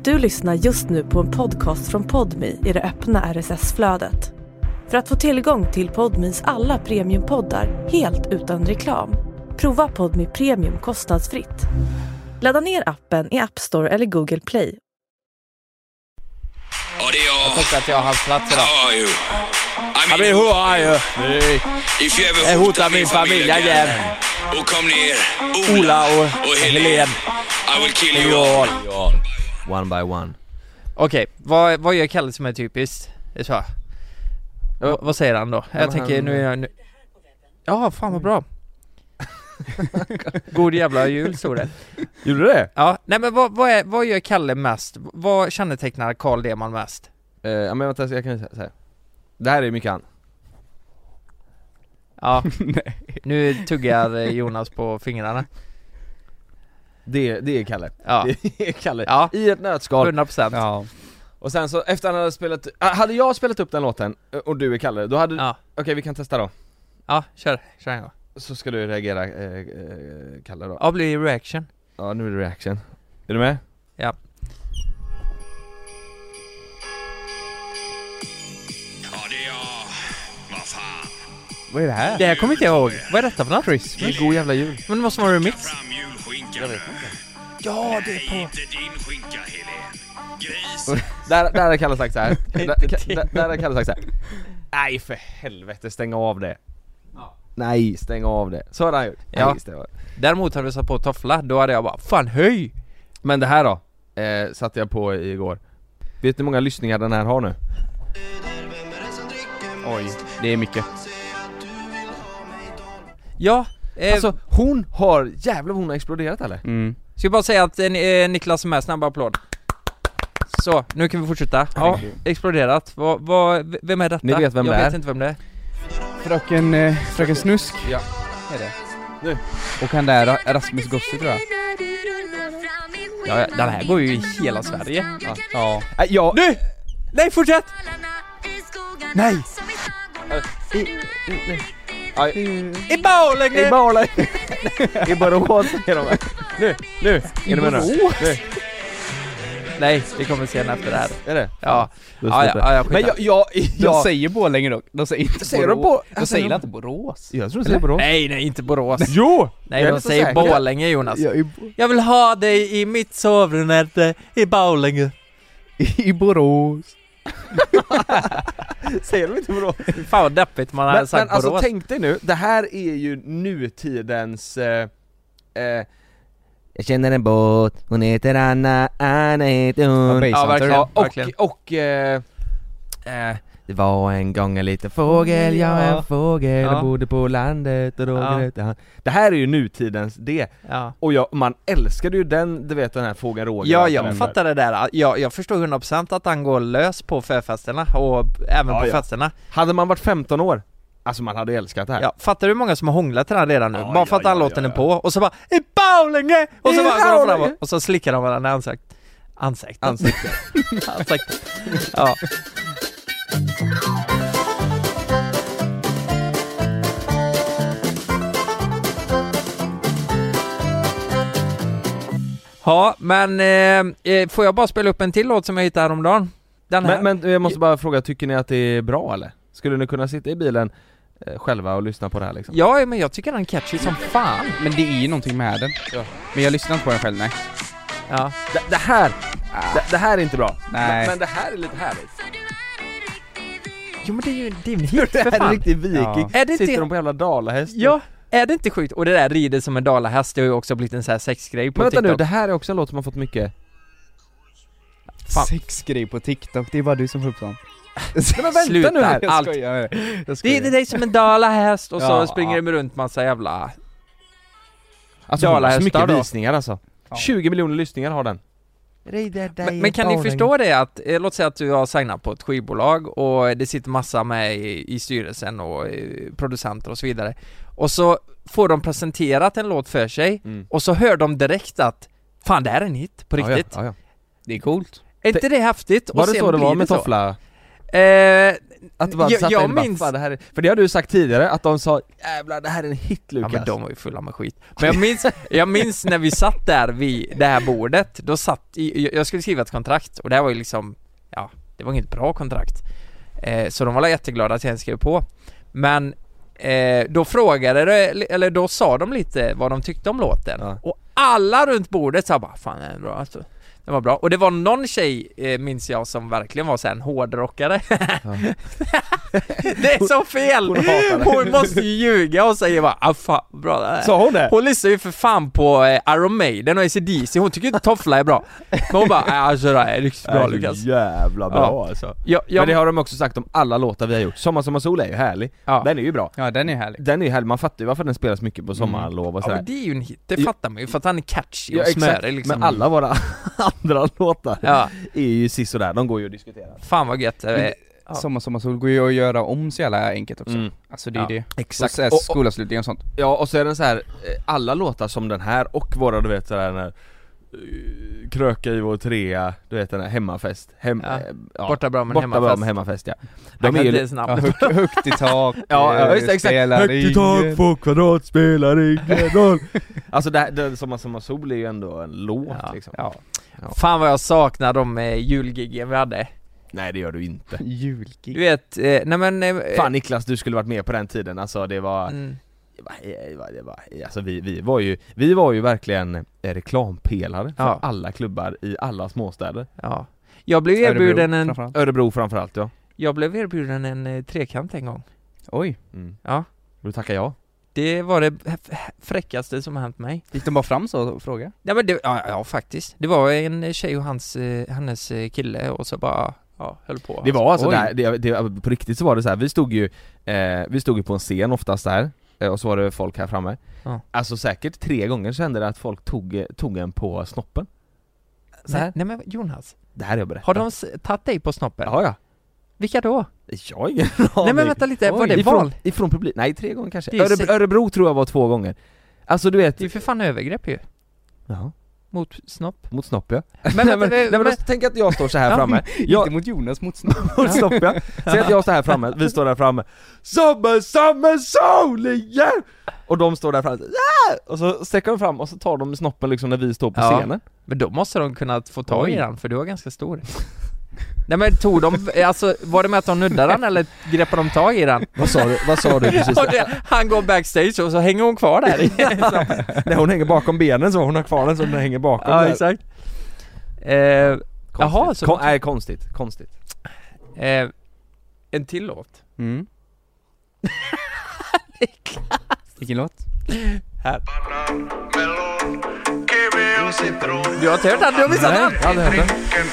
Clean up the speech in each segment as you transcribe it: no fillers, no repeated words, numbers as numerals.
Du lyssnar just nu på en podcast från Podmi i det öppna RSS-flödet. För att få tillgång till Podmis alla premiumpoddar helt utan reklam, prova Podmi Premium kostnadsfritt. Ladda ner appen i App Store eller Google Play. Ja, det är jag. Jag tänkte att jag har hans plats idag. Ja, ju. Jag blir hur jag hotar min familj igen. Och kom ner. Ola och Helen. I will kill you all. One by one. Okej, vad gör Kalle som är typiskt? Det är så. Vad säger han då? Jag tänker nu. Ja, fan vad bra. God jävla jul, så det. Gjorde du det? Ja, nej men vad gör Kalle mest? Vad kännetecknar Carl Deman mest? Ja men vänta, jag kan säga. Det här är mycket han. Ja, nu tuggar Jonas på fingrarna. Det är Kalle. Ja. Det är Kalle. Ja. I ett nötskal. 100%. Ja. Och sen så efter han hade spelat, hade jag spelat upp den låten och du är Kalle, då hade Ja. Okej, vi kan testa då. Ja, kör en gång. Så ska du reagera Kalle då. Ja, blir reaction. Ja, nu är det reaction. Är du med? Ja. Ja, det är jag. Vad fan. Vad är det här? Det här kommer inte jag ihåg. Vad är detta för något? Det är god jävla jul. Men det måste vara remix. Fram julskinkan. Ja, det är på. Inte din skinka, Helen. Gris. Där har Kalle sagt så här. Där har Kalle sagt så här. Nej för helvete, stäng av det. Nej, stäng av det. Så hade han gjort. Ja. Nej, stäng av det. Däremot hade vi satt på toffla. Då hade jag bara, fan höj. Men det här då satte jag på igår. Vet ni hur många lyssningar den här har nu? Oj, det är mycket. Ja, Alltså hon har exploderat eller? ska jag bara säga att Niklas är med, snabb applåd. Så, nu kan vi fortsätta. Ja, exploderat. Vem är detta? Ni vet vem det är? Jag vet inte vem det är. Fröken Snusk. Ja. Är det? Nu. Och han där Rasmus Gossi, tror jag. Ja, den här går ju i hela Sverige. Ja. Ja. Nu! Nej, fortsätt! Nej! I Borlänge! I Borlänge. I Borås är de här. Nu. Är du med nu? Nej, det kommer sen efter det här. Är det? Ja. Men De säger Borlänge dock. De säger inte Säger Borås. de på- De säger inte Borås. Jag tror de säger Borås. Nej, inte Borås. Jo! Nej, jag är de så säger säker. Borlänge, Jonas. Jag vill ha dig i mitt sovrum i Borlänge. I Borås. Säger de inte Borås? Fan vad deppigt man hade sagt Men alltså Borås. tänk dig nu, det här är ju nutidens jag känner en båt, hon heter Anna heter hon. Ja, verkligen. Ja, verkligen. och det var en gång en liten fågel, en fågel, Ja. bodde på landet och Ja. hette han. Det här är ju nutidens det. Ja. Och man älskade ju den, du vet den här fågeln Roger. Ja, och jag den fattar det där. Jag förstår 100% att han går lös på förfesterna och även Ja, på ja. festerna. Hade man varit 15 år, alltså man hade älskat det här. Ja, fattar du hur många som har hånglat till den redan nu? Ja, bara för att ja, han ja, låten ja, är på och så bara i Borlänge! Och så I bara går de Borlänge! fram och så slickar de varandra i ansiktet. Ansikte. Ja. Ja, men får jag bara spela upp en till låt som jag hittade häromdagen? Den här. Men jag måste bara fråga, tycker ni att det är bra eller? Skulle ni kunna sitta i bilen själva och lyssna på det här liksom? Ja, men jag tycker den är catchy som fan. Men det är ju någonting med den. Ja. Men jag lyssnar inte på den själv, nej. Ja. Det här är inte bra. Nej. Men det här är lite härligt. Jo, men det är en hit Det för här är fan. riktigt viking. Ja. Är det inte- Sitter de på jävla dalahäst? Ja, är det inte sjukt? Och det där rider som en dalahäst, det har ju också blivit en sån här sexgrej på Men vänta TikTok. nu, det här är också en låt som har fått mycket. Fan. Sexgrej på TikTok, det är bara du som får upp sånt. Nej, men vänta Sluta. nu här. Jag Allt. skojar. Jag Det skojar. är som en dalahäst och så Ja, springer ja. de runt massa jävla... Alltså hon har så dalahästar mycket då. visningar alltså. Ja. 20 miljoner lyssningar har den. Men kan ni förstå det att, låt säga att du har signat på ett skivbolag och det sitter massa med i styrelsen och producenter och så vidare. Och så får de presenterat en låt för sig och så hör de direkt att fan, det här är en hit på riktigt. Ja. Det är coolt. Är inte det häftigt? Var Och det sen så det blir var med så. toffla? Att du bara satt jag in bara, minns... fan, det här är... För det har du sagt tidigare, att de sa jävlar, det här är en hit, Lukas. Ja, men de var ju fulla med skit. Men jag minns när vi satt där vid det här bordet. Då jag skulle skriva ett kontrakt. Och det här var ju liksom, ja, det var inget bra kontrakt. Så de var jätteglada att jag skrev på. Men då då sa de lite vad de tyckte om låten. Ja. Och alla runt bordet sa bara, fan, det är bra alltså. Det var bra. Och det var någon tjej, minns jag, som verkligen var så här en hårdrockare. Ja. Det är så fel! Hon måste ju ljuga och säga bara, fan, bra det här. Så hon det? Hon lyssnar ju för fan på Iron Maiden och AC/DC. Hon tycker inte Toffla är bra. Men hon bara, alltså det är riktigt bra, Lukas. Jävla bra alltså. Men det har de också sagt om alla låtar vi har gjort. Sommar sol är ju härlig. Ja. Den är ju bra. Ja, den är härlig. Den är ju härlig. Man fattar ju varför den spelas mycket på sommarlov och sådär. Ja, men det är ju en hit. Det fattar man ju, för att han är catchy och smörig liksom. Men alla våra andra låtar är ju sisådär. De går ju att diskutera. Fan vad gött. Sommar sol går ju att göra om så jävla enkelt också. Alltså det är det. Exakt. Och skolavslutning och sånt. Ja, och så är den så här, alla låtar som den här och våra, du vet, sådär när kröka i vår trea, du vet, den här hemmafest. Borta bra med hemmafest, ja. De är ju högt i tak. Ja, just exakt. Högt i tak på kvadrat spelar ingen roll. Alltså det Sommar sol är ju ändå en låt liksom. Ja. Fan vad jag saknar de julgiggen vi hade. Nej, det gör du inte. Julgig. Du vet, fan Niklas, du skulle varit med på den tiden. Alltså det var alltså vi var ju verkligen reklampelare för alla klubbar i alla småstäder. Ja. Jag blev erbjuden Örebro framförallt, ja. Jag blev erbjuden en trekant en gång. Oj. Ja. Och du tackar jag. Det var det fräckaste som har hänt mig. Gick de bara fram så och fråga? Ja, men ja, faktiskt. Det var en tjej och hennes kille och så bara höll på. Det var alltså det på riktigt så var det så här. Vi stod ju på en scen oftast där. Och så var det folk här framme. Alltså säkert 3 gånger så hände det att folk tog en på snoppen. Så här. Nej men Jonas, det här är jag berättat. har de tagit dig på snoppen? Ja. Vilka då? Jag har ingen aning. Nej men vänta lite, var det val? Ifrån publik? Nej, 3 gånger kanske. Örebro tror jag var 2 gånger. Alltså du vet. Det är för fan övergrepp ju. Ja. Mot snopp, ja. Men tänk att jag står så här framme. Inte mot Jonas, mot snopp. Mot snopp, ja. Säg att jag står här framme, vi står där framme. Sommar sol igen! Och de står där framme. Och så sträcker de fram och så tar de snoppen liksom när vi står på scenen. Men då måste de kunna få tag i den, för du var ganska stor. Nej men tog de, alltså var det med att de nuddade den eller greppade de tag i den? Vad sa du precis? Han går backstage och så hänger hon kvar där. Nej, hon hänger bakom benen så hon har kvar den så den hänger bakom. Ja, där. Exakt. Jaha, så nej, konstigt. en till låt. Vilken låt? Här. Du har inte hört den? Du har missat den? Ja, det hört den.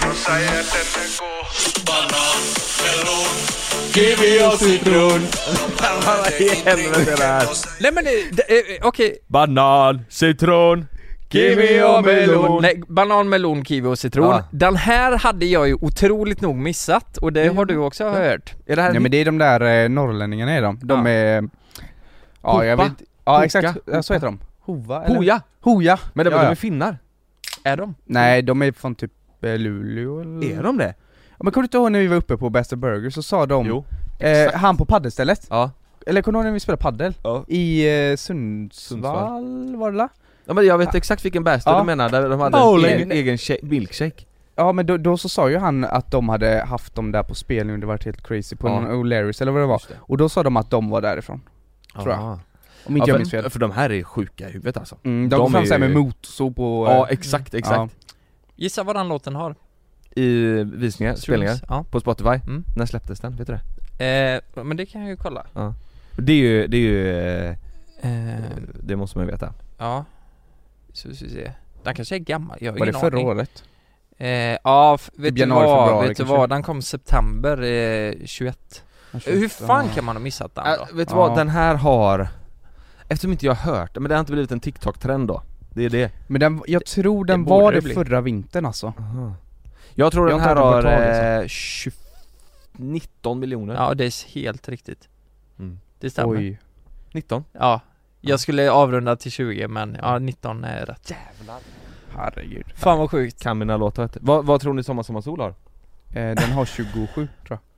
Banan, melon, kiwi och citron. Vad i helvete det här? Nej men okej. Banan, citron, kiwi och melon. Nej, banan, melon, kiwi och citron. Ja. Den här hade jag ju otroligt nog missat. Och det har du också hört. Är det här men det är de där norrlänningarna är de. De är... Ja, jag vet. Ja, exakt. Så heter de. Hova eller? Hoja. Men de är finnar. Är de? Nej, de är från typ Luleå eller? Är de det? Ja, men kommer du inte ihåg när vi var uppe på Best of Burger så sa de han på paddelstället. Ja. Eller kommer du ihåg när vi spelade paddel? Ja. I Sundsvall var det la? Ja, men jag vet exakt vilken bästa du menar, där de hade en egen milkshake. Ja, men då så sa ju han att de hade haft dem där på spelning och det var helt crazy på någon O'Larrys eller vad det var. Det. Och då sa de att de var därifrån. Tror jag. Om inte jag minns fel. För de här är sjuka i huvudet alltså. De går fram såhär med motorsåg på... Ja, exakt. Ja. Gissa vad den låten har. I visningar, spelningar på Spotify. När släpptes den, vet du det? Men det kan jag ju kolla. Ja. Det är ju det måste man ju veta. Ja. Så vi se. Den kanske är gammal. Jag har var det förra året? Ja, vet du vad? Den kom september 21. Hur fan kan man ha missat den då? Vet du vad, den här har... Eftersom inte jag har hört det, men det har inte blivit en TikTok-trend då. Det är det. Men jag tror den var det förra vintern alltså. Aha. Jag tror den här har 19 miljoner. Ja, det är helt riktigt. Det stämmer. Oj. 19? Ja. Jag skulle avrunda till 20, men 19 är rätt. Jävlar. Herregud. Fan vad sjukt. Kan mina låtar. Vad tror ni Sommar sol har? Den har 27 tror jag.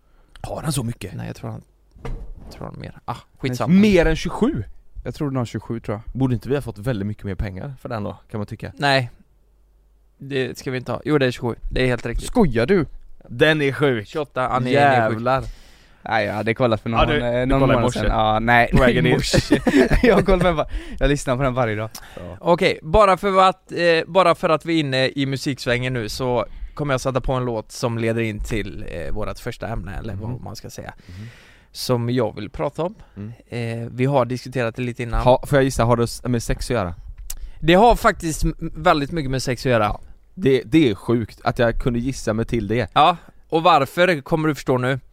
Har han så mycket? Nej, jag tror han mer. Skitsamma. Mer än 27? Jag tror den har 27 tror jag. Borde inte vi ha fått väldigt mycket mer pengar för den då, kan man tycka? Nej. Det ska vi inte ha. Jo, det är 27. Det är helt riktigt. Skojar du? Den är sjuk. 28, jävlar. Nej, jag hade kollat för någon månad sedan. Ja, nej. På vägen in. Jag lyssnar på den varje dag. Ja. Okej, bara för att vi är inne i musiksvängen nu så kommer jag sätta på en låt som leder in till vårt första ämne, eller vad man ska säga. Som jag vill prata om. Vi har diskuterat det lite innan. Får jag gissa, har det med sex att göra? Det har faktiskt väldigt mycket med sex att göra. Ja. Det är sjukt att jag kunde gissa mig till det. Ja, och varför kommer du förstå nu.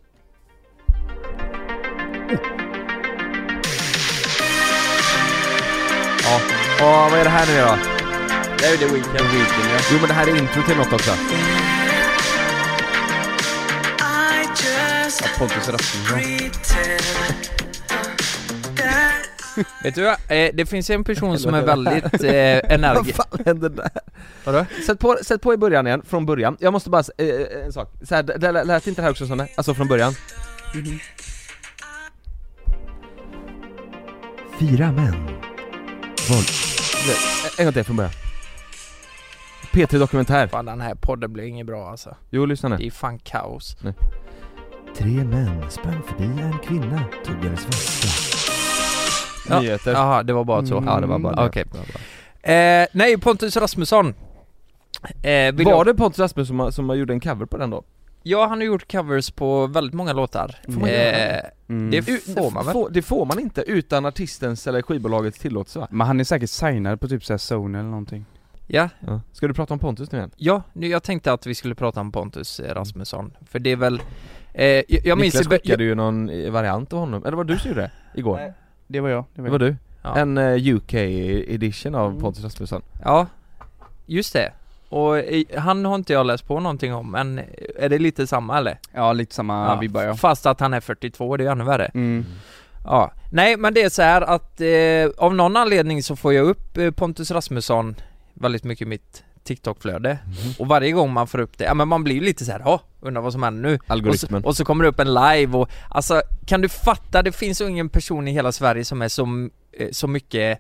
Ja, vad är det här nu då? Det är ju The Weeknd. Ja. Jo, men det här är intro till något också. Ja, Pontus Rasmusson. Vet du, det finns en person som är väldigt energisk. Vad fan händer där? Vadå? Sätt på i början igen, från början. Jag måste bara, en sak. Så här, det lät inte det här också som det? Alltså från början. 4 män. En gång till från början. P3 Dokumentär. Fan, den här podden blir inget bra alltså. Jo, lyssna nu. Det är fan kaos. Nej. 3 män sprang förbi en kvinna, tog hennes väska. Ja. Nyheter. Jaha, det var bara så. Ja, det var bara det. Okej. Nej, Pontus Rasmusson. Var det Pontus Rasmusson som gjorde en cover på den då? Ja, han har gjort covers på väldigt många låtar. Det får man väl? Det får man inte utan artistens eller skivbolagets tillåtelse, va? Men han är säkert signad på typ så här Sony eller någonting. Ja. Ska du prata om Pontus nu igen? Ja, jag tänkte att vi skulle prata om Pontus Rasmusson. För det är väl... jag minns Niklas skickade ju någon variant av honom. Eller var du som gjorde det igår? Nej, det var jag. Det var du? Ja. En UK edition av Pontus Rasmusson. Ja, just det. Och han har inte jag läst på någonting om. Men är det lite samma eller? Ja, lite samma vibbar, ja. Fast att han är 42, det är ännu värre. Ja, nej, men det är så här att av någon anledning så får jag upp Pontus Rasmusson väldigt mycket i mitt TikTok-flöde. Och varje gång man får upp det, ja men man blir lite så här, undrar vad som händer nu. Algoritmen. Och så kommer det upp en live och alltså, kan du fatta, det finns ingen person i hela Sverige som är så mycket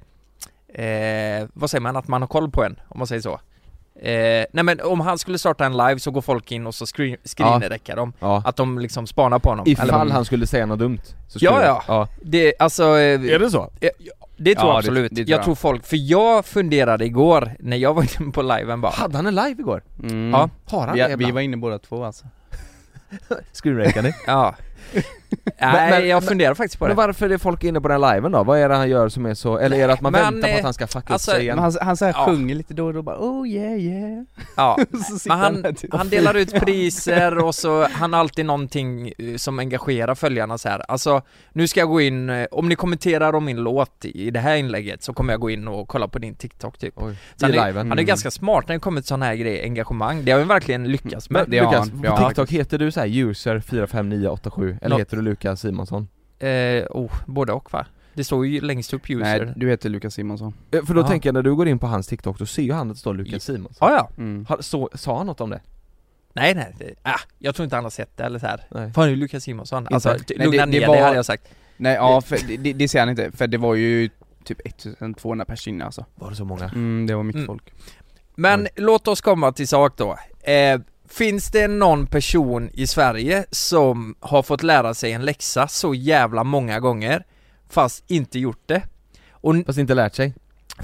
vad säger man, att man har koll på en, om man säger så. Nej, men om han skulle starta en live så går folk in och så screenräcker de att de liksom spanar på honom. Ifall han skulle säga något dumt så skulle ja. Det, alltså, är det så? Det tror jag absolut. Det tror jag tror folk, för jag funderade igår när jag var inne på liven bara. Hade han en live igår? Ja. Har han vi var inne båda två alltså. Screenräckade? Ja. Nej, jag funderar faktiskt på det. Men varför är folk inne på den liven då? Vad är det han gör som är så... Eller är det att man väntar på att han ska fucka upp sig igen? Han så här sjunger lite då och då bara oh yeah. Ja, men han delar ut priser och så han har alltid någonting som engagerar följarna så här. Alltså, nu ska jag gå in, om ni kommenterar om min låt i det här inlägget så kommer jag gå in och kolla på din TikTok typ. Oj, så han är ganska smart när det kommer till sån här grejer, engagemang. Det har ju verkligen lyckats med. Men Lukas, på TikTok heter du så här user 45987 eller heter du Lukas Simonsson? Både och, va? Det står ju längst upp user. Nej, du heter Lukas Simonsson. För då tänker jag, när du går in på hans TikTok då ser ju han att det står Lukas Simonsson. Ja. Sa han något om det? Nej. Jag tror inte han har sett det eller så här. Fan, är det Lukas Simonsson? Alltså, lugna ner, det hade jag sagt. Nej, för det ser han inte. För det var ju typ 1200 personer alltså. Var det så många? Det var mycket folk. Men låt oss komma till sak då. Finns det någon person i Sverige som har fått lära sig en läxa så jävla många gånger fast inte gjort det? Fast inte lärt sig?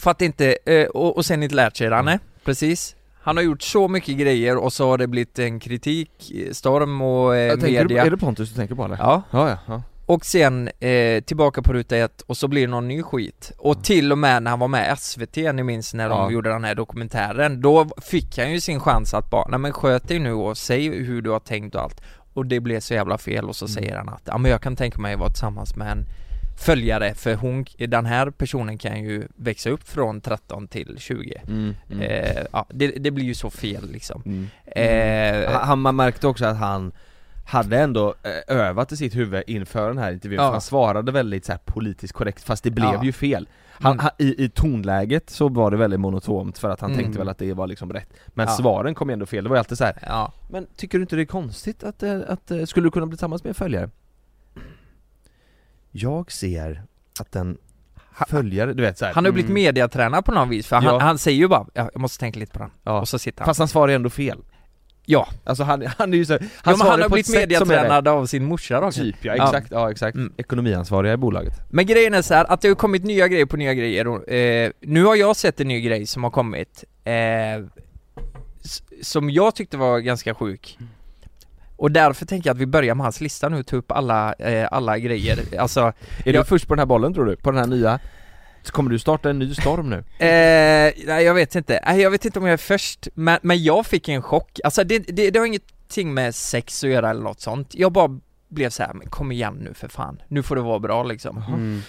Och sen inte lärt sig det, precis. Han har gjort så mycket grejer och så har det blivit en kritikstorm och media. Är det Pontus du tänker på eller? Ja. Och sen tillbaka på ruta 1 och så blir det någon ny skit. Och till och med när han var med i SVT, ni minns när de gjorde den här dokumentären, då fick han ju sin chans att bara, nej men sköt dig nu och säg hur du har tänkt och allt. Och det blev så jävla fel och så säger han att men jag kan tänka mig att vara tillsammans med en följare, för den här personen kan ju växa upp från 13 till 20. Det blir ju så fel liksom. Man märkte också att hade ändå övat i sitt huvud inför den här intervjun, för han svarade väldigt så här politiskt korrekt, fast det blev ju fel. I tonläget så var det väldigt monotont, för att han tänkte väl att det var liksom rätt. Men svaren kom ändå fel, det var ju alltid så här. Men tycker du inte det är konstigt att skulle du kunna bli tillsammans med en följare? Jag ser att den följare, du vet så här. Han har ju blivit mediatränad på något vis, för han säger ju bara, jag måste tänka lite på den. Och så sitter han. Fast han svarar ändå fel. Ja, alltså han är ju så han har blivit mediatränad av sin morsa då. Typ, exakt. Ekonomiansvariga i bolaget. Men grejen är så här att det har kommit nya grejer på nya grejer. Nu har jag sett en ny grej som har kommit som jag tyckte var ganska sjuk. Och därför tänker jag att vi börjar med hans lista nu, ta upp alla grejer. Alltså, är du först på den här bollen, tror du? På den här nya? Så kommer du starta en ny storm nu? Nej, jag vet inte. Jag vet inte om jag är först. Men jag fick en chock. Alltså det har ingenting med sex att göra eller något sånt. Jag bara blev så här, men kom igen nu för fan. Nu får det vara bra liksom.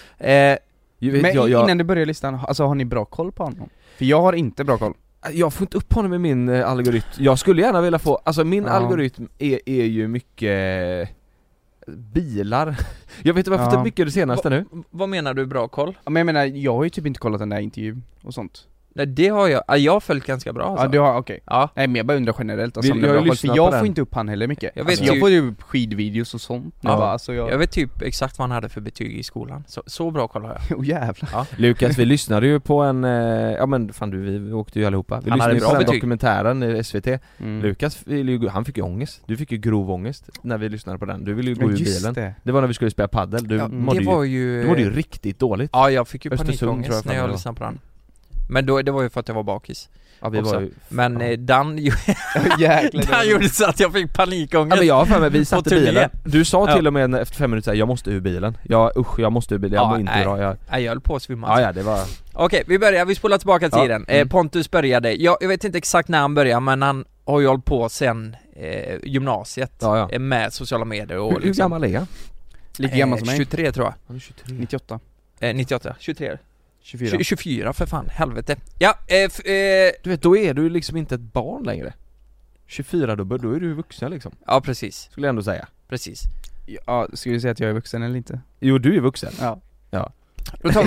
Innan du börjar listan, alltså har ni bra koll på honom? För jag har inte bra koll. Jag får inte upp honom med min algoritm. Jag skulle gärna vilja få, alltså min algoritm är ju mycket bilar. Jag vet inte varför jag fått mycket det senaste nu. Vad menar du bra koll? Men jag menar, jag har ju typ inte kollat den där intervjun och sånt. Nej, det har jag har följt ganska bra alltså. Ja, du har, okej. Ja. Nej, men jag bara undrar generellt alltså, för jag får inte upp han heller mycket. Jag får ju skidvideos och sånt. Jag vet typ exakt vad han hade för betyg i skolan. Så bra koll har jag. Jävlar. Ja. Lukas, vi lyssnade ju på en vi åkte ju allihopa. Vi lyssnade på den dokumentären i SVT. Lukas, han fick ju ångest. Du fick ju grov ångest när vi lyssnade på den. Du ville ju gå ur bilen. Det var när vi skulle spela paddel. Du mådde ju riktigt dåligt. Ja, jag fick ju panikångest när jag lyssnade på den. Men då, det var ju för att jag var bakis. Ja, vi var ju, men Dan gjorde så att jag fick panikångest. Ja, men jag för mig, vi satt i bilen. Du sa till och med efter 5 minuter, jag måste ur bilen. Jag måste ur bilen, jag mår inte bra. Jag höll på att svimma. Ja, det var... Okej, vi spolar tillbaka tiden. Pontus började, jag vet inte exakt när han började, men han har ju hållit på sen gymnasiet med sociala medier. Och hur gammal är han? Lika gammal som mig. 23 tror jag. Han är 23. 98. 98, 23. 24 för fan, helvete. Ja, du vet, då är du liksom inte ett barn längre. 24 då är du vuxen liksom. Ja, precis. Skulle jag ändå säga. Precis. Ja, skulle du säga att jag är vuxen eller inte? Jo, du är vuxen. Ja. Då tar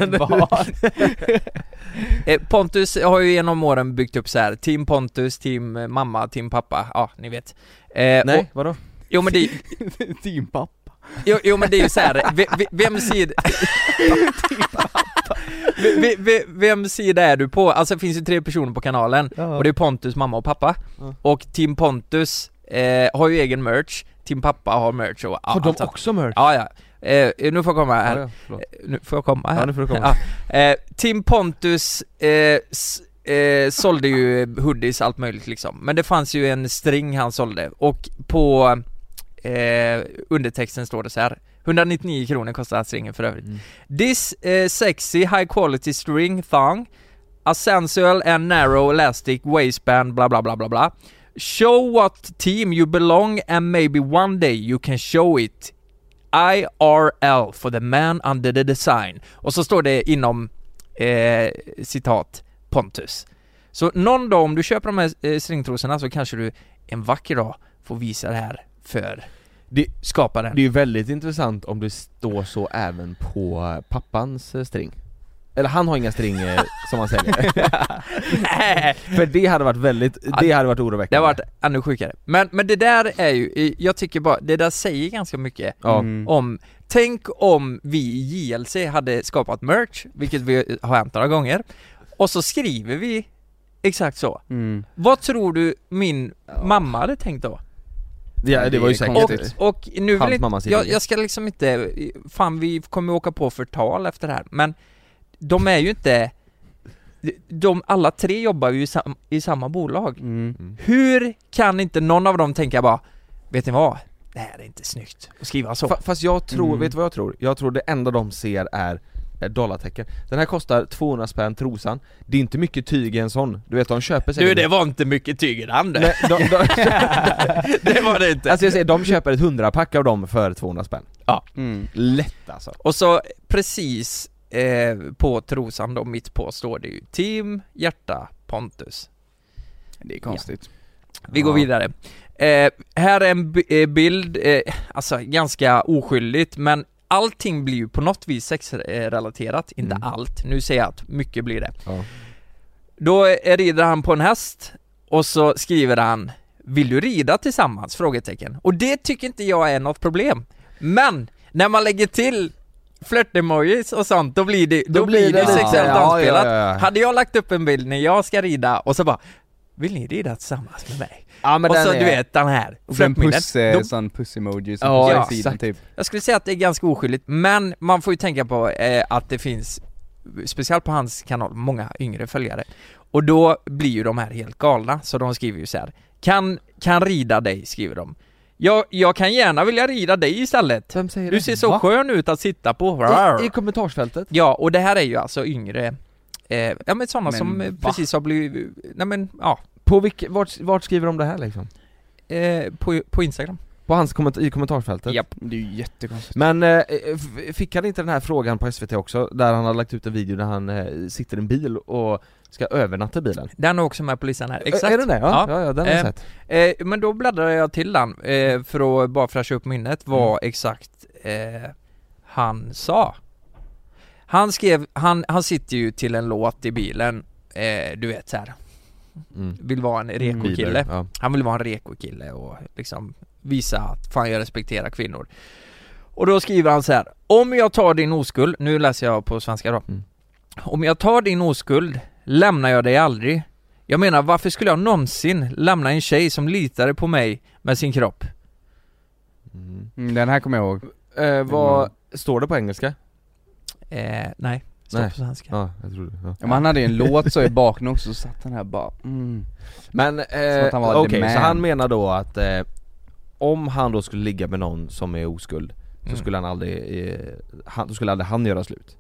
vi Pontus har ju genom åren byggt upp så här: Team Pontus, Team Mamma, Team Pappa. Ja, ni vet. Nej, vadå? Jo, men det Team Pappa. Jo, men det är ju så här. Vem sida är du på? Alltså det finns ju 3 personer på kanalen. Och det är Pontus, mamma och pappa. Och Team Pontus har ju egen merch. Team Pappa har merch och har de också merch? Ja. Nu får jag komma här. Nu får jag komma här. Team Pontus sålde ju hoodies, allt möjligt liksom. Men det fanns ju en string han sålde. Och på undertexten står det så här: 199 kronor kostar stringen för övrigt. This sexy high quality string thong, a sensual and narrow elastic waistband, bla bla bla bla bla. Show what team you belong and maybe one day you can show it. IRL for the man under the design. Och så står det inom citat Pontus. Så någon dag om du köper de här stringtrosorna så kanske du en vacker dag får visa det här för skaparen. Det är ju väldigt intressant om det står så även på pappans string. Eller han har inga string som han säger. För det hade varit hade varit oroväckande. Det har varit ännu sjukare. Men det där är ju, jag tycker bara, det där säger ganska mycket om, tänk om vi i JLC hade skapat merch, vilket vi har hänt några gånger, och så skriver vi exakt så. Vad tror du min mamma hade tänkt då? Ja, det var ju säkert. Och nu vill jag ska liksom inte, fan vi kommer åka på förtal efter det här, men de är ju inte, alla 3 jobbar ju i samma bolag. Hur kan inte någon av dem tänka bara, vet ni vad, det här är inte snyggt att skriva så. Fast jag tror, vet du vad jag tror? Jag tror det enda de ser är dollartecken. Den här kostar 200 spänn trosan. Det är inte mycket tyg i en sån. Du vet, de köper sig. Det var inte mycket tyg i den. Nej, det var det inte. Alltså jag säger, de köper ett 100-pack av dem för 200 spänn. Ja. Lätt alltså. Och så precis på trosan då, mitt på, står det ju Team Hjärta Pontus. Det är konstigt. Vi går vidare. Här är en bild, alltså ganska oskyldigt, men allting blir ju på något vis sexrelaterat, inte allt. Nu säger jag att mycket blir det. Ja. Då rider han på en häst och så skriver han: vill du rida tillsammans? Frågetecken. Och det tycker inte jag är något problem. Men när man lägger till flört-emojis och sånt, då blir det sexuellt anspelat. Ja. Hade jag lagt upp en bild när jag ska rida och så bara: vill ni rida tillsammans med mig? Ja, men och så du vet den här sån puss-emoji som ja, sidan, typ. Jag skulle säga att det är ganska oskyldigt, men man får ju tänka på att det finns, speciellt på hans kanal, många yngre följare. Och då blir ju de här helt galna, så de skriver ju så här: kan rida dig, skriver de. Jag kan gärna vilja rida dig istället. Vem säger du det? ser så skön ut att sitta på. I kommentarsfältet? Ja, och det här är ju alltså yngre, ja men sådana som precis har blivit, nej men ja. På vart skriver de det här liksom? På Instagram. På hans i kommentarsfältet? Japp. Det är ju jättekonstigt. Men fick han inte den här frågan på SVT också? Där han har lagt ut en video där han sitter i en bil och ska övernatta bilen. Den är också med på listan här. Exakt. Är den det? Ja, den har jag sett. Men då bläddrade jag till den för att bara fräscha upp minnet vad exakt han sa. Han skrev, han sitter ju till en låt i bilen, du vet så här. Vill vara en reko-kille. Ja. Han vill vara en reko-kille och liksom visa att fan jag respekterar kvinnor. Och då skriver han så här: om jag tar din oskuld, nu läser jag på svenska då. Om jag tar din oskuld lämnar jag dig aldrig. Jag menar, varför skulle jag någonsin lämna en tjej som litade på mig med sin kropp? Den här kommer jag ihåg. Vad står det på engelska? Nej. På svenska. Ja, jag tror det. Ja. Men han hade en låt så i bakgrunden också, så satt han här bara Men okej, så han menar då att om han då skulle ligga med någon som är oskuld, så skulle han aldrig då skulle aldrig han göra slut.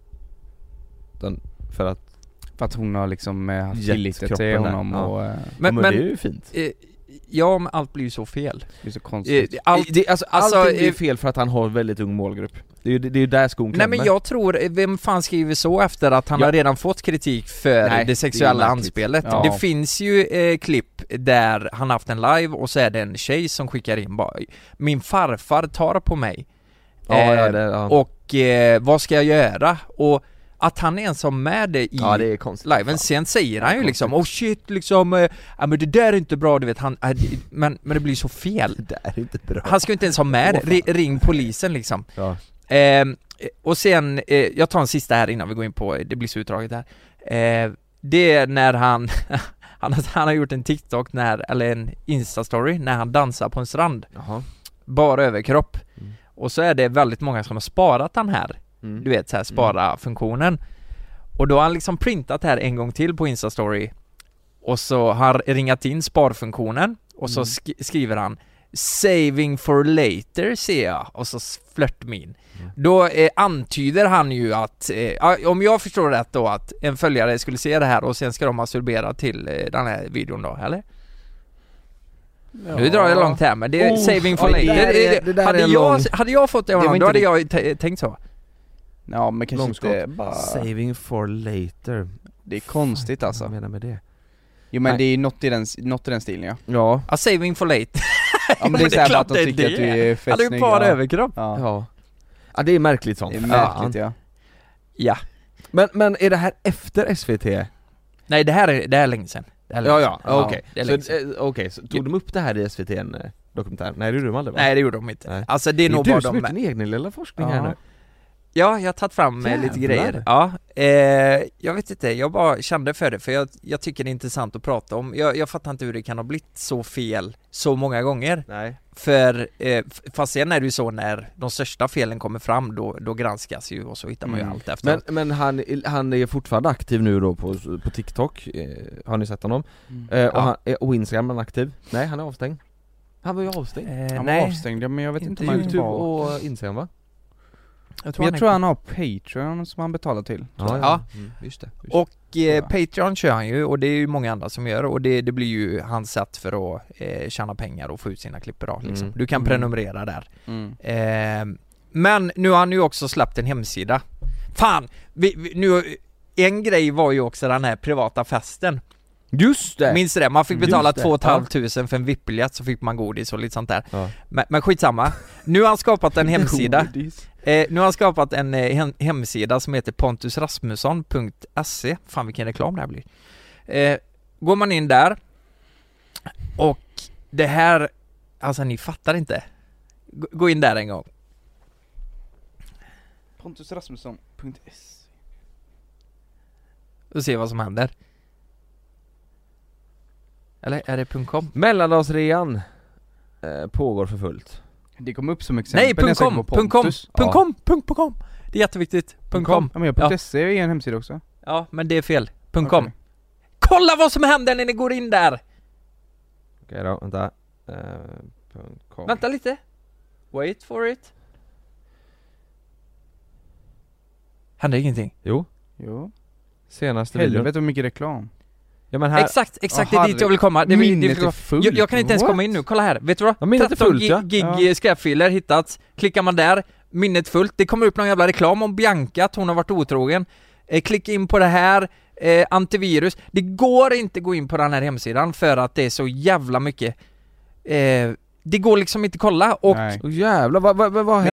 För att hon har liksom haft tillit till honom och men det är ju fint. Ja, men allt blir ju så fel. Det är så konstigt. Allt är fel för att han har väldigt ung målgrupp. Det är ju där skon klämmer. Nej, men jag tror, vem fan skriver så efter att han har redan fått kritik för det sexuella anspelet? Ja. Det finns ju klipp där han haft en live och så är det en tjej som skickar in bara: min farfar tar på mig. Och vad ska jag göra? Och att han är ensam med det i det är konstigt. Liven. Sen säger han ju liksom: oh shit, liksom, men det där är inte bra, du vet. Men det blir så fel. Det där är inte bra. Han ska ju inte ens ha med det. Ring polisen liksom. Ja. Och sen, jag tar en sista här innan vi går in på, det blir så utdraget här. Det är när han har gjort en TikTok eller en Insta-story när han dansar på en strand. Jaha. Bara överkropp. Och så är det väldigt många som har sparat den här. Du vet, så här, spara-funktionen. Och då har han liksom printat det här en gång till på Insta-story. Och så har ringat in sparfunktionen. Och så skriver han: saving for later, ser jag. Och så flörtmin. Då antyder han ju att om jag förstår rätt då, att en följare skulle se det här och sen ska de masturbera till den här videon då, eller? Ja. Nu drar jag långt här, men det är saving for later. Hade jag fått det då hade jag tänkt så. Ja, men kanske inte bara saving for later. Det är konstigt alltså. Vad menar med det? Jo, men det är något i den stilen, ja. Ja, saving for later. Ja, men det är så här att de tycker att du är fett snygg. Hade ju bara överkropp. Ja, det är märkligt sånt. Det är märkligt, ja. Men är det här efter SVT? Nej, det här är länge sedan. Okej. Så tog de upp det här i SVT en dokumentär? Nej, det gjorde de aldrig, va? Nej, det gjorde de inte. Nej. Alltså det är nog bara de som gjort din egen lilla forskning här nu. Ja, jag har tagit fram lite grejer. Ja, jag vet inte, jag bara kände för det, för jag tycker det är intressant att prata om. Jag fattar inte hur det kan ha blivit så fel så många gånger. Nej. För fast sen är det ju så, när de största felen kommer fram, då granskas ju och så hittar man ju allt efter. Men han är fortfarande aktiv nu då på TikTok. Har ni sett honom? Och Instagram är han aktiv? Nej, han är avstängd. Han var ju avstängd. Han var avstängd, men jag vet inte om YouTube och Instagram, va? Jag tror han har Patreon som han betalar till. Ja. Just det. Och Patreon kör han ju, och det är ju många andra som gör, och det blir ju hans sätt för att tjäna pengar och få ut sina klipp då, liksom. Du kan prenumerera där. Men nu har han ju också släppt en hemsida. Fan, nu en grej var ju också den här privata festen. Just det! Minns det? Man fick betala 2 500 för en VIP-biljett, så fick man godis och lite sånt där. Men skitsamma. Nu har han skapat en hemsida. Nu har han skapat en hemsida som heter pontusrasmusson.se. Fan vilken reklam det här blir. Går man in där, och det här, alltså ni fattar inte. Gå in där en gång. pontusrasmusson.se. Och se vad som händer. Eller är det .com? Mellandagsrean pågår för fullt. Det kom upp som exempel. Nej, .com. Det är jätteviktigt. .com. Ja, men jag .se är en hemsida också. Ja, men det är fel. .com. Kolla vad som händer när ni går in där. Okej då, vänta. .com. Vänta lite. Wait for it. Händer ingenting. Jo. Senaste videon. Helvete vad mycket reklam. Ja, men här... Exakt, det är dit jag vill komma. Minnet är fullt. Jag kan inte ens komma in nu, kolla här. Vet du vad? Ja, minnet är fullt, gig skräpfiler hittats. Klickar man där, minnet fullt. Det kommer upp någon jävla reklam om Bianca, att hon har varit otrogen. Klicka in på det här. Antivirus. Det går inte gå in på den här hemsidan för att det är så jävla mycket. Det går liksom inte kolla. Och jävlar, vad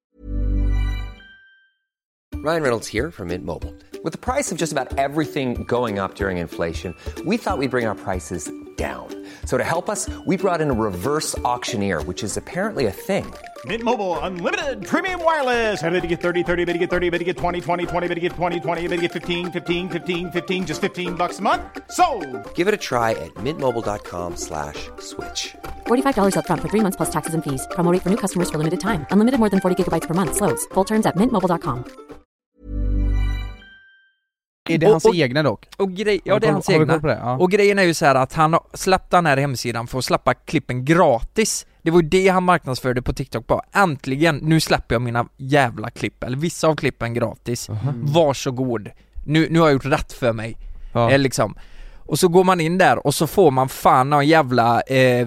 Ryan Reynolds here from Mint Mobile. With the price of just about everything going up during inflation, we thought we'd bring our prices down. So to help us, we brought in a reverse auctioneer, which is apparently a thing. Mint Mobile Unlimited Premium Wireless. How to get 30, 30, bit to get 30, bit to get 20, 20, 20, bit to get 20, 20, bit to get 15, 15, 15, 15, just $15 a month? Sold! Give it a try at mintmobile.com/switch. $45 up front for 3 months plus taxes and fees. Promo rate for new customers for limited time. Unlimited more than 40 gigabytes per month. Slows full terms at mintmobile.com. Är det hans egna dock? Det är hans egna. Och grejen är ju så här att han har släppt den här hemsidan för att släppa klippen gratis. Det var ju det han marknadsförde på TikTok på. Äntligen, nu släpper jag mina jävla klipp, eller vissa av klippen gratis. Varsågod. Nu har jag gjort rätt för mig. Liksom. Och så går man in där och så får man fan någon jävla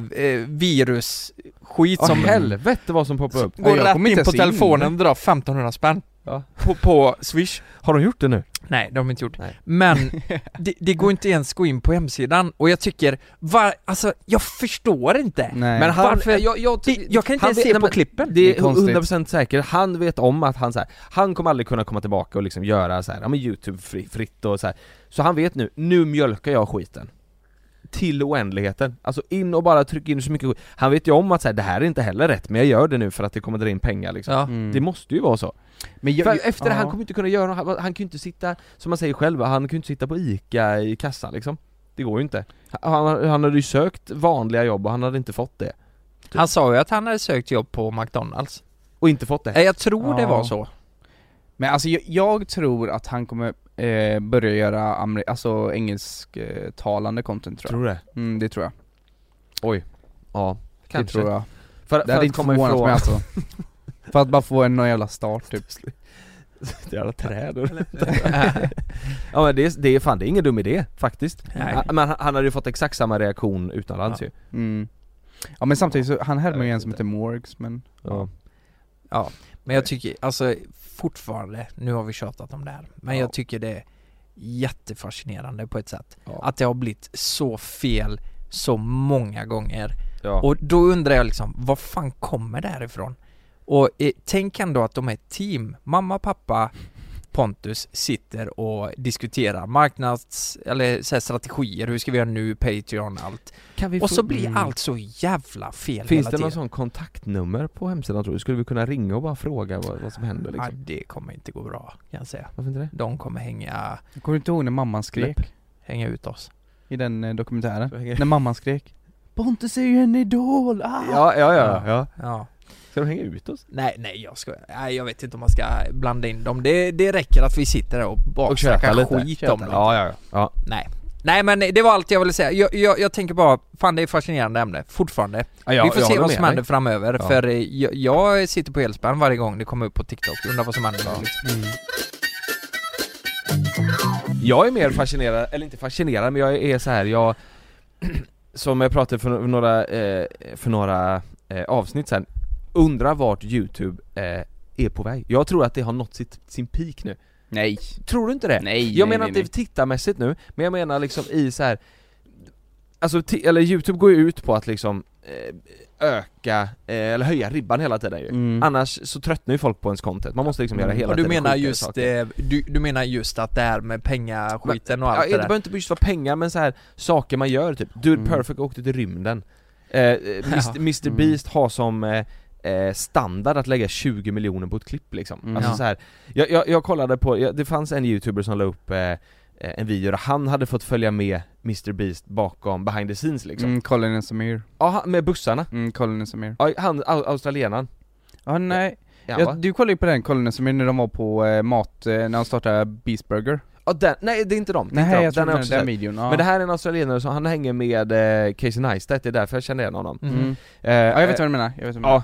virusskit som helvete vad som poppar upp. Går rätt in på telefonen och drar 1500 spänn. På Swish. Har de gjort det nu? Nej, de har inte gjort. Men det går inte ens gå in på hemsidan. Och jag tycker, alltså jag förstår inte. Nej. Men varför, jag kan inte ens se på klippen. Det är 100% säkert. Han vet om att han kommer aldrig kunna komma tillbaka och liksom göra så här, men YouTube fritt och så här. Så han vet nu mjölkar jag skiten till oändligheten. Alltså in och bara trycka in så mycket. Han vet ju om att så här, det här är inte heller rätt, men jag gör det nu för att det kommer dra in pengar liksom. Det måste ju vara så. Men efter det, han kommer inte kunna göra, han kan ju inte sitta, som man säger själv, han kan ju inte sitta på ICA i kassan liksom. Det går ju inte. Han hade ju sökt vanliga jobb och han hade inte fått det. Han sa ju att han hade sökt jobb på McDonalds och inte fått det. Jag tror det var så. Men alltså jag tror att han kommer börja göra engelsktalande content, tror jag. Tror du det? Det tror jag. Oj. Ja, kanske. Det tror jag. För det hade inte förvånat mig alltså. För att bara få en jävla start typ. Det jävla träd. Ja, men det är ingen dum idé faktiskt. Men han hade ju fått exakt samma reaktion utomlands ju. Ja, men samtidigt så han hade ju en som heter Morgs, men ja, men jag tycker alltså fortfarande, nu har vi tjatat om det här, men jag tycker det är jättefascinerande på ett sätt. Att det har blivit så fel så många gånger. Och då undrar jag liksom, vad fan kommer det här ifrån? Och tänk ändå att de är ett team. Mamma, pappa, Pontus sitter och diskuterar eller så här, strategier. Hur ska vi göra nu, Patreon, allt. Och så blir allt så jävla fel. Finns det någon sån kontaktnummer på hemsidan, tror du? Skulle vi kunna ringa och bara fråga vad som händer liksom? Ja, det kommer inte gå bra, kan jag säga. Varför inte det? De kommer hänga... Kommer du inte ihåg när mamman skrek? Hänga ut oss. I den dokumentären. När mamman skrek. Pontus är ju en idol! Ja. Ska de hänga ut oss? Nej, jag vet inte om man ska blanda in dem. Det räcker att vi sitter där och bara snackar skit om dem. Ja. Nej, men det var allt jag ville säga. Jag tänker bara, fan det är fascinerande ämne fortfarande. Vi får se vad som händer framöver. För jag sitter på elspänn varje gång det kommer upp på TikTok. Undrar vad som händer. Jag är mer fascinerad, eller inte fascinerad, men jag är så här, som jag pratade för några avsnitt sen, undrar vart YouTube är på väg. Jag tror att det har nått sin peak nu. Nej. Tror du inte det? Nej. Jag menar inte tittarmässigt nu, men jag menar liksom i så här, alltså eller YouTube går ju ut på att liksom öka eller höja ribban hela tiden ju. Annars så tröttnar ju folk på ens content. Man måste liksom göra hela tiden. Och du menar just du menar just att det här med pengaskiten och allt det där. Det behöver inte just vara pengar, men så här saker man gör typ. Dude Perfect åkte till rymden. Mr Beast har som standard att lägga 20 miljoner på ett klipp liksom. Alltså så här, jag kollade på, det fanns en YouTuber som la upp en video där han hade fått följa med Mr Beast bakom behind the scenes liksom. Colin and Samir. Ja, med bussarna. Colin and Samir. Ja, han australienaren. Ja, nej. Du kollade ju på den Colin and Samir när de var på när de startade Beast Burger. Ja, nej, det är inte dem. Nej, jag tror den är också den videon. Ja. Men det här är en australienare som han hänger med Casey Neistat, det är därför jag känner igen honom. Ja, jag vet vad du menar.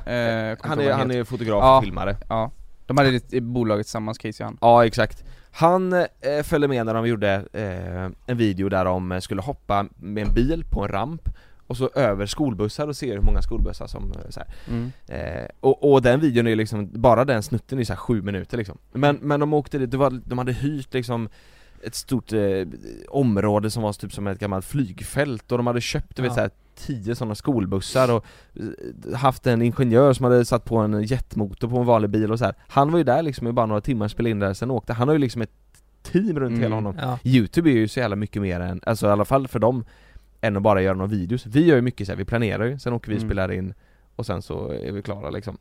Han är fotograf och filmare. Ja. De hade ett bolaget tillsammans, Casey han. Ja, exakt. Han följde med när de gjorde en video där de skulle hoppa med en bil på en ramp och så över skolbussar och se hur många skolbussar som så här. Och den videon är liksom, bara den snutten är så här 7 minuter liksom. Men de åkte dit, de hade hyrt liksom ett stort område som var typ som ett gammalt flygfält, och de hade köpt så här 10 sådana skolbussar och haft en ingenjör som hade satt på en jetmotor på en vanlig bil och så här. Han var ju där liksom i bara några timmar, spelade in där, sen åkte. Han har ju liksom ett team runt hela honom. YouTube är ju så jävla mycket mer än, alltså i alla fall för dem, än att bara göra några videos. Vi gör ju mycket så här, vi planerar ju, sen åker vi spelar in och sen så är vi klara liksom.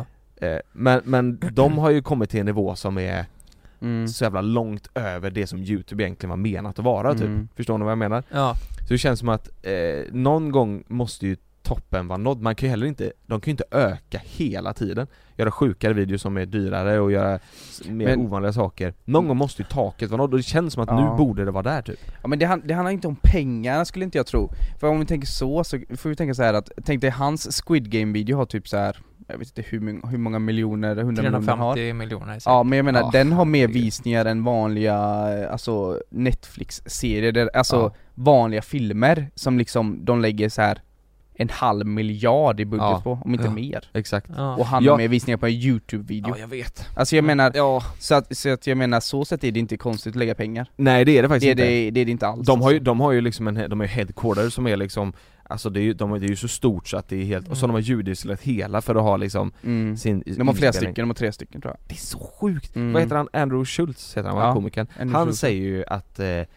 Men de har ju kommit till en nivå som är så jävla långt över det som YouTube egentligen var menat att vara typ. Förstår ni vad jag menar? Ja. Så det känns som att någon gång måste ju toppen vara nådd. Man kan ju heller inte, de kan ju inte öka hela tiden. Göra sjukare videos som är dyrare och göra mer ovanliga saker. Någon gång måste ju taket vara nådd, och det känns som att nu borde det vara där typ. Ja, men det handlar inte om pengarna, skulle inte jag tro. För om vi tänker så får vi tänka så här att, tänk dig hans Squid Game video har typ så här, jag vet inte hur många miljoner, 100 miljoner har. 350 miljoner. Ja, men jag menar, den har mer visningar än vanliga, alltså Netflix-serier, där, alltså vanliga filmer som liksom de lägger så här 500 miljoner i budget på, om inte mer. Exakt. Och han har med visningar på en YouTube-video. Ja, jag vet. Alltså jag menar, så att jag menar, så sätt är det inte konstigt att lägga pengar. Nej, det är det faktiskt inte. Det är det inte alls. De har ju liksom de är headquarter som är liksom, alltså det är ju så stort så att det är helt, och så de har ljudisolerat hela för att ha liksom sin. De har flera stycken, de har 3 stycken tror jag. Det är så sjukt. Vad heter han? Andrew Schultz heter han, komikern. Han säger ju att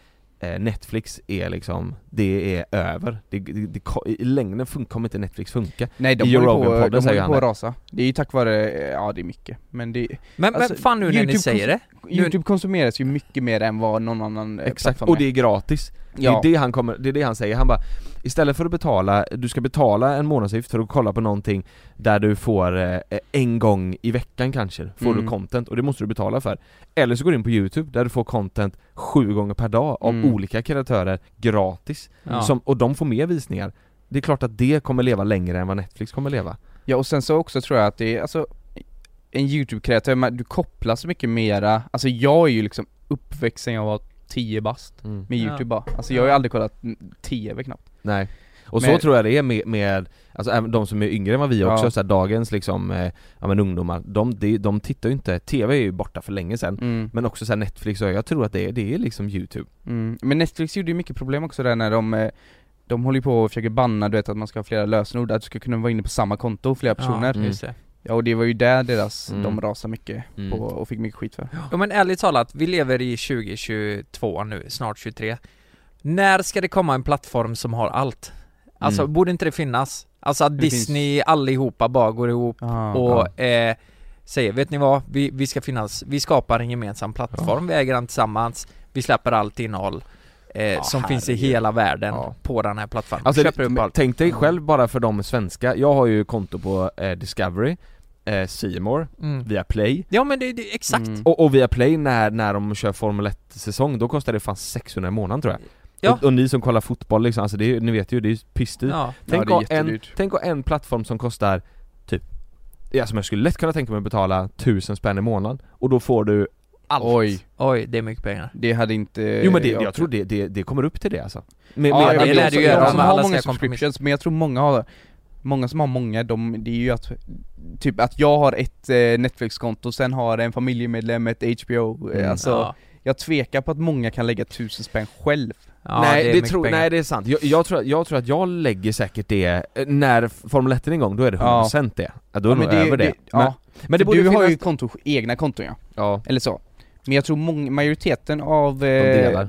Netflix är liksom, det är över. I längden kommer inte Netflix funka. Nej, de håller på att rasa. Det är ju tack vare, det är mycket. Men alltså, fan nu när ni säger det. YouTube konsumeras ju mycket mer än vad någon annan plattform är. Och det är gratis. Det är det han säger. Han bara, istället för att du ska betala en månadsavgift för att kolla på någonting där du får en gång i veckan kanske, får du content, och det måste du betala för. Eller så går du in på YouTube där du får content 7 gånger per dag av olika kreatörer gratis. Och de får mer visningar. Det är klart att det kommer leva längre än vad Netflix kommer leva. Ja, och sen så också tror jag att det är, alltså, en YouTube-kreatör, du kopplar så mycket mera. Alltså jag är ju liksom uppväxt sen jag var 10 bast med YouTube bara. Alltså jag har ju aldrig kollat TV knappt. Nej. Och så tror jag det är med alltså även de som är yngre än vad vi också, så här, dagens liksom ungdomar, de tittar ju inte, TV är ju borta för länge sedan, men också så här Netflix, och jag tror att det är liksom YouTube. Men Netflix gjorde ju mycket problem också där när de håller på och försöker banna, du vet, att man ska ha flera lösenord, att du ska kunna vara inne på samma konto, flera personer. Just det. Ja, och det var ju där de rasade mycket på och fick mycket skit för. Ja, men ärligt talat, vi lever i 2022 nu, snart 23. När ska det komma en plattform som har allt? Alltså, borde inte det finnas? Alltså att Disney allihopa bara går ihop och säger, vet ni vad? Vi ska finnas, vi skapar en gemensam plattform, vi äger den tillsammans, vi släpper allt innehåll som finns i hela världen på den här plattformen. Alltså, tänk dig själv bara för de svenska. Jag har ju konto på Discovery, C-more, via Play. Ja, men det är exakt. Och via Play när de kör Formel 1-säsong, då kostar det fan 600 i månaden tror jag. Ja. Och ni som kollar fotboll liksom, alltså ni vet ju, det är pissdyrt. Tänk en plattform som kostar typ, som jag skulle lätt kunna tänka mig att betala 1000 spänn i månaden, och då får du allt. Oj, det är mycket pengar. Det hade inte. Jo, men jag tror det kommer upp till det alltså. Det lär du göra med alla många subscriptions, men jag tror många som har många, det är ju att typ att jag har ett Netflix-konto, sen har en familjemedlem ett HBO, jag tvekar på att många kan lägga 1000 spänn själv. Ja, nej, det är sant. Jag tror att jag lägger säkert det när Formel 1 är igång, då är det 100% det. Ja, då är det över det. Men det borde du har ju egna konton ja. Eller så. Men jag tror majoriteten av de delar.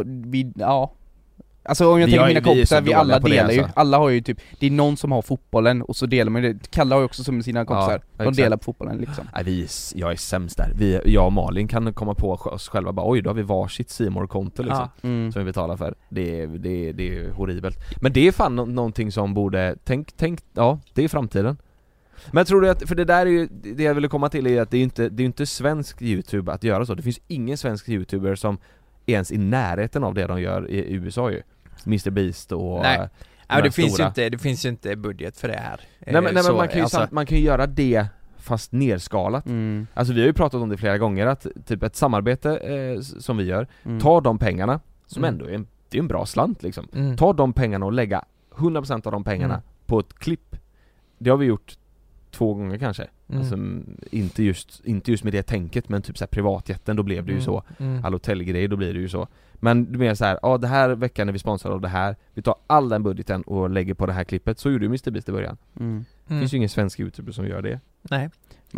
Alltså om jag tänker mina kompisar, vi alla delar ju, alltså. alla har ju typ, det är någon som har fotbollen och så delar man det. Kalle har ju också som sina kompisar, de delar på fotbollen liksom. Jag är sämst där. Jag och Malin kan komma på oss själva bara, oj då har vi varsitt C-more-konto liksom, som vi betalar för. Det är horribelt. Men det är fan någonting som borde, tänk, det är framtiden. Men jag tror det att, för det där är ju, det jag ville komma till är att det är inte svensk YouTube att göra så. Det finns ingen svensk YouTuber som är ens i närheten av det de gör i USA ju. Mr. Beast och det finns ju inte budget för det här. Nej men man kan ju göra det fast nerskalat. Alltså vi har ju pratat om det flera gånger att typ ett samarbete som vi gör, ta de pengarna som ändå är det är en bra slant liksom. Ta de pengarna och lägga 100% av de pengarna på ett klipp. Det har vi gjort 2 gånger kanske. Alltså inte just med det tänket, men typ så här privatjätten, då blev det ju så. All hotellgrej, då blir det ju så. Men du menar så här, det här veckan är vi sponsrade av det här. Vi tar all den budgeten och lägger på det här klippet. Så gjorde ju Mr. Beast i början. Det finns ju ingen svensk YouTuber som gör det. Nej. Men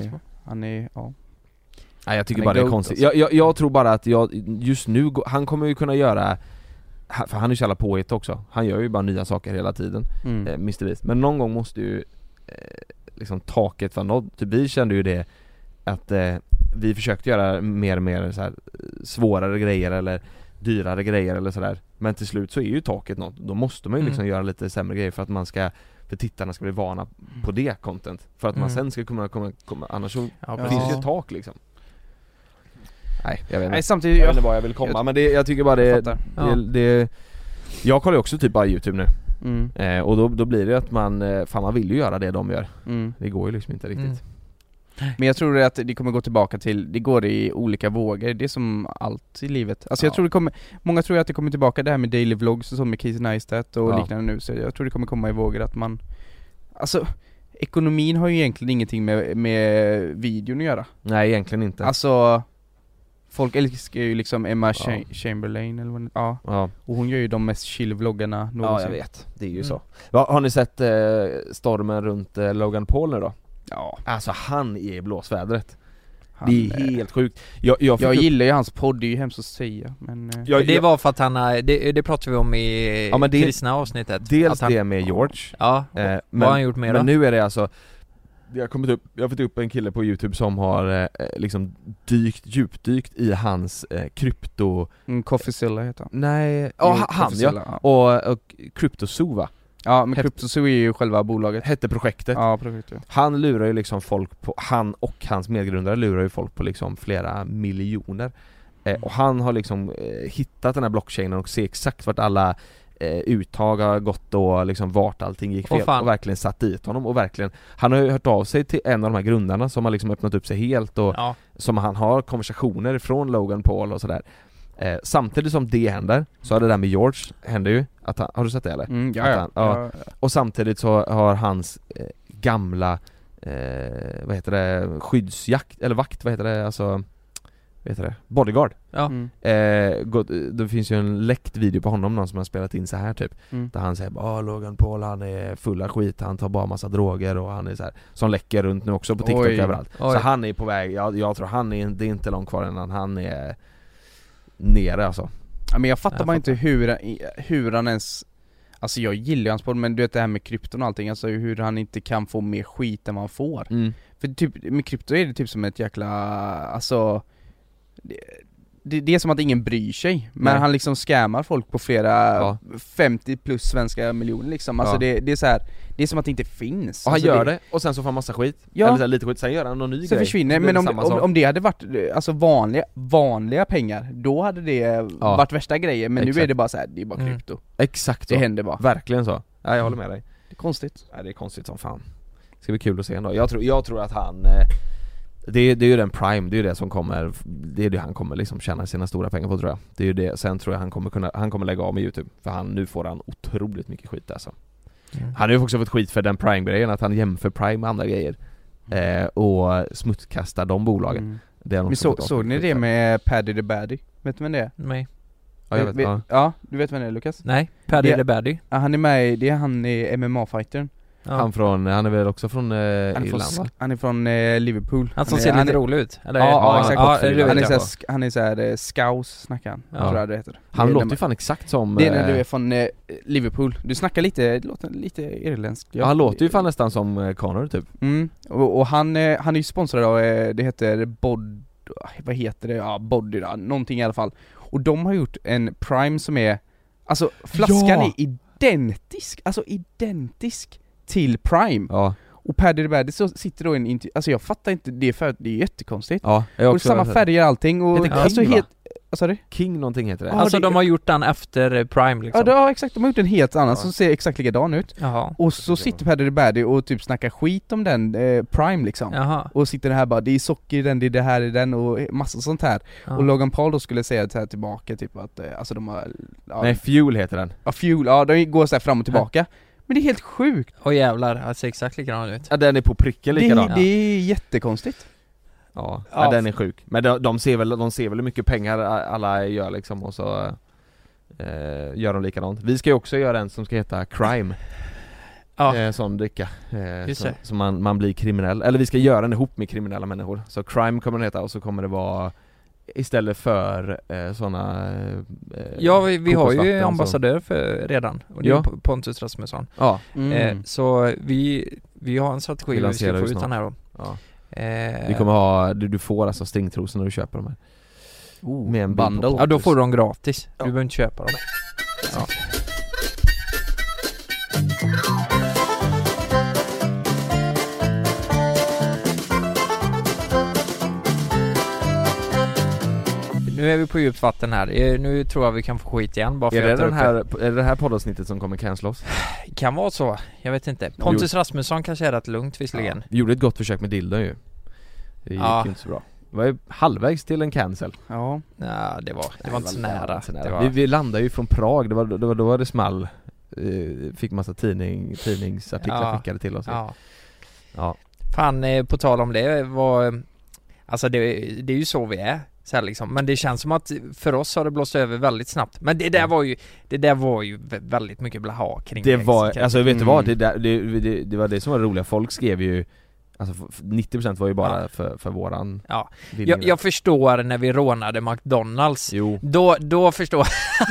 Nej, jag tycker bara det är konstigt. Alltså. Jag tror bara att just nu, han kommer ju kunna göra, för han är ju så jävla påhitt också. Han gör ju bara nya saker hela tiden, Mr. Beast. Men någon gång måste ju liksom taket vara nådd. Typ vi kände ju det att vi försökte göra mer och mer så här svårare grejer eller dyrare grejer eller sådär. Men till slut så är ju taket något. Då måste man ju liksom göra lite sämre grejer för att för tittarna ska bli vana på det content. För att man sen ska komma annars så finns det ju ett tak liksom. Nej, jag vet inte. Samtidigt, jag vet inte vad jag vill komma, men jag tycker bara det jag kollar ju också typ bara YouTube nu. Och då blir det att man vill ju göra det de gör. Det går ju liksom inte riktigt. Men jag tror att det kommer gå tillbaka till, det går i olika vågor. Det är som allt i livet. Alltså jag tror många tror att det kommer tillbaka det här med daily vlogs och så med Casey Neistat och liknande nu. Så jag tror det kommer komma i vågor att alltså ekonomin har ju egentligen ingenting med videon att göra. Nej, egentligen inte. Alltså folk älskar ju liksom Emma Chamberlain eller vad ja. Och hon gör ju de mest chill-vloggarna någonsin. Ja, jag vet. Det är ju så. Har ni sett stormen runt Logan Paul nu då? Ja. Alltså han är i blåsvädret. Det är helt sjukt. Jag gillar ju hans podd, det är ju hemskt att säga. Men det var för att han det pratade vi om i kristna avsnittet. Dels det med George. Ja, vad har han gjort mer då? Men nu är det alltså, jag har fått upp en kille på YouTube som har liksom djupdykt i hans krypto... Coffeezilla heter han. Nej, han ja. Och CryptoZoo va? Ja, men CryptoZoo är ju själva bolaget. Hette projektet. Ja, projektet. Han lurar ju liksom folk på, han och hans medgrundare lurar ju folk på liksom flera miljoner. Och han har liksom hittat den här blockchainen och ser exakt vart alla uttag har gått och liksom vart allting gick fel och verkligen satt dit honom och verkligen, han har ju hört av sig till en av de här grundarna som har liksom öppnat upp sig helt och som han har konversationer från Logan Paul och sådär. Samtidigt som det händer så har det där med George händer ju att har du sett det eller? Ja. Och samtidigt så har hans gamla vad heter det, skyddsjakt eller vakt, vad heter det, alltså vet du det? Bodyguard. Ja. Det finns ju en läckt video på honom, någon som har spelat in så här typ. Där han säger Logan Paul, han är full av skit, han tar bara massa droger och han är så här, som läcker runt nu också på TikTok överallt. Så han är på väg, jag tror det är inte långt kvar innan han är nere alltså. Ja, men jag fattar bara inte hur han ens, alltså jag gillar hans podd, men du vet det här med krypton och allting, alltså hur han inte kan få mer skit än man får. För typ med krypto är det typ som ett jäkla, alltså det är som att ingen bryr sig. Men han liksom scammar folk på flera 50 plus svenska miljoner liksom. Alltså det är så här, det är som att det inte finns. Och han alltså gör det och sen så får han massa skit. Eller så här, lite skit, sen gör han någon ny grej. Så försvinner, men om det hade varit alltså vanliga pengar, då hade det varit värsta grejen. Men nu är det bara så här, det är bara krypto. Exakt så. Det händer bara. Verkligen så. Ja, jag håller med dig. Det är konstigt. Ja, det är konstigt som fan. Det ska bli kul att se ändå. Jag tror att han det är ju den Prime, det är ju det som kommer, det är det han kommer liksom tjäna sina stora pengar på, tror jag. Det är ju det, sen tror jag han kommer lägga av med YouTube, för nu får han otroligt mycket skit alltså. Han har ju också fått skit för den Prime-grejen, att han jämför Prime med andra grejer och smutskastar de bolagen. Men såg ni det med Paddy the Baddy? Vet du vem det är? Nej. Ja, jag vet. Ja, du vet vem det är, Lukas? Nej, Paddy the Baddy. Ja, han är med, det är han i MMA-fightern. Ja. Han är väl också från Irland, va? Han är från Liverpool. Han som ser lite rolig ut. Eller? Ja, exakt. Han är såhär scouse snackar han. Tror jag det heter. Han låter ju fan exakt som... Det är när du är från Liverpool. Du snackar det låter lite irländskt. Ja, han låter ju fan nästan som Connor typ. Och han är ju sponsrad av, det heter vad heter det? Ja, Body då, någonting i alla fall. Och de har gjort en Prime som är, alltså flaskan är identisk till Prime. Ja. Och Paddy the Baddy så sitter då alltså jag fattar inte det, för det är jättekonstigt. Ja, och samma färger och allting och King, alltså helt, vad sa du? King någonting heter det. Alltså de har gjort den efter Prime liksom. Ja, exakt, de har gjort en helt annan som ser exakt likadan ut. Jaha. Och så sitter Paddy the Baddy och typ snackar skit om den Prime liksom. Jaha. Och sitter här bara, det är socker i den, det är det här i den och massa sånt här. Ja. Och Logan Paul då skulle säga det här tillbaka typ att alltså de har... Ja, nej, Fuel heter den. Ja, Fuel, ja, de går så här fram och tillbaka. Men det är helt sjukt. Åh jävlar, alltså exakt likadan ut. Ja, den är på pricken likadan. Det är jättekonstigt. Ja, den är sjuk. Men de ser väl hur mycket pengar alla gör liksom, och så gör de likadant. Vi ska ju också göra en som ska heta Crime. Ja. Sån dricka. Så man blir kriminell. Eller vi ska göra den ihop med kriminella människor. Så Crime kommer den heta, och så kommer det vara istället för såna ja, vi har ju ambassadör för redan. Och det är Pontus Rasmusson. Ja. Så vi har en strategi hur vi ska få ut den här då. Ja. Vi kommer ha, du får alltså stringtrosor när du köper dem här. Med en bundle. Ja, då får du dem gratis. Du behöver inte köpa dem. Ja. Nu är vi på djupt vatten här. Nu tror jag vi kan få skit igen bara för är det här poddavsnittet som kommer cancelas? Kan vara så, jag vet inte. Pontus Rasmusson kanske är rätt lugnt visserligen. Ja. Vi gjorde ett gott försök med Dildo ju. Det gick inte så bra. Det var ju halvvägs till en cancel. Ja, det var inte så nära. Vi landade ju från Prag, det var då det small. Fick massa tidningsartiklar skickade till oss. Ja. Fan, på tal om det var... Alltså det är ju så vi är. Så här liksom. Men det känns som att för oss har det blåst över väldigt snabbt. Men det där var ju väldigt mycket blaha kring det. Var, alltså vet du vad? Det var det som var det roliga. Folk skrev ju, alltså 90% var ju bara för våran. Ja. Jag förstår när vi rånade McDonalds. Jo. Då förstår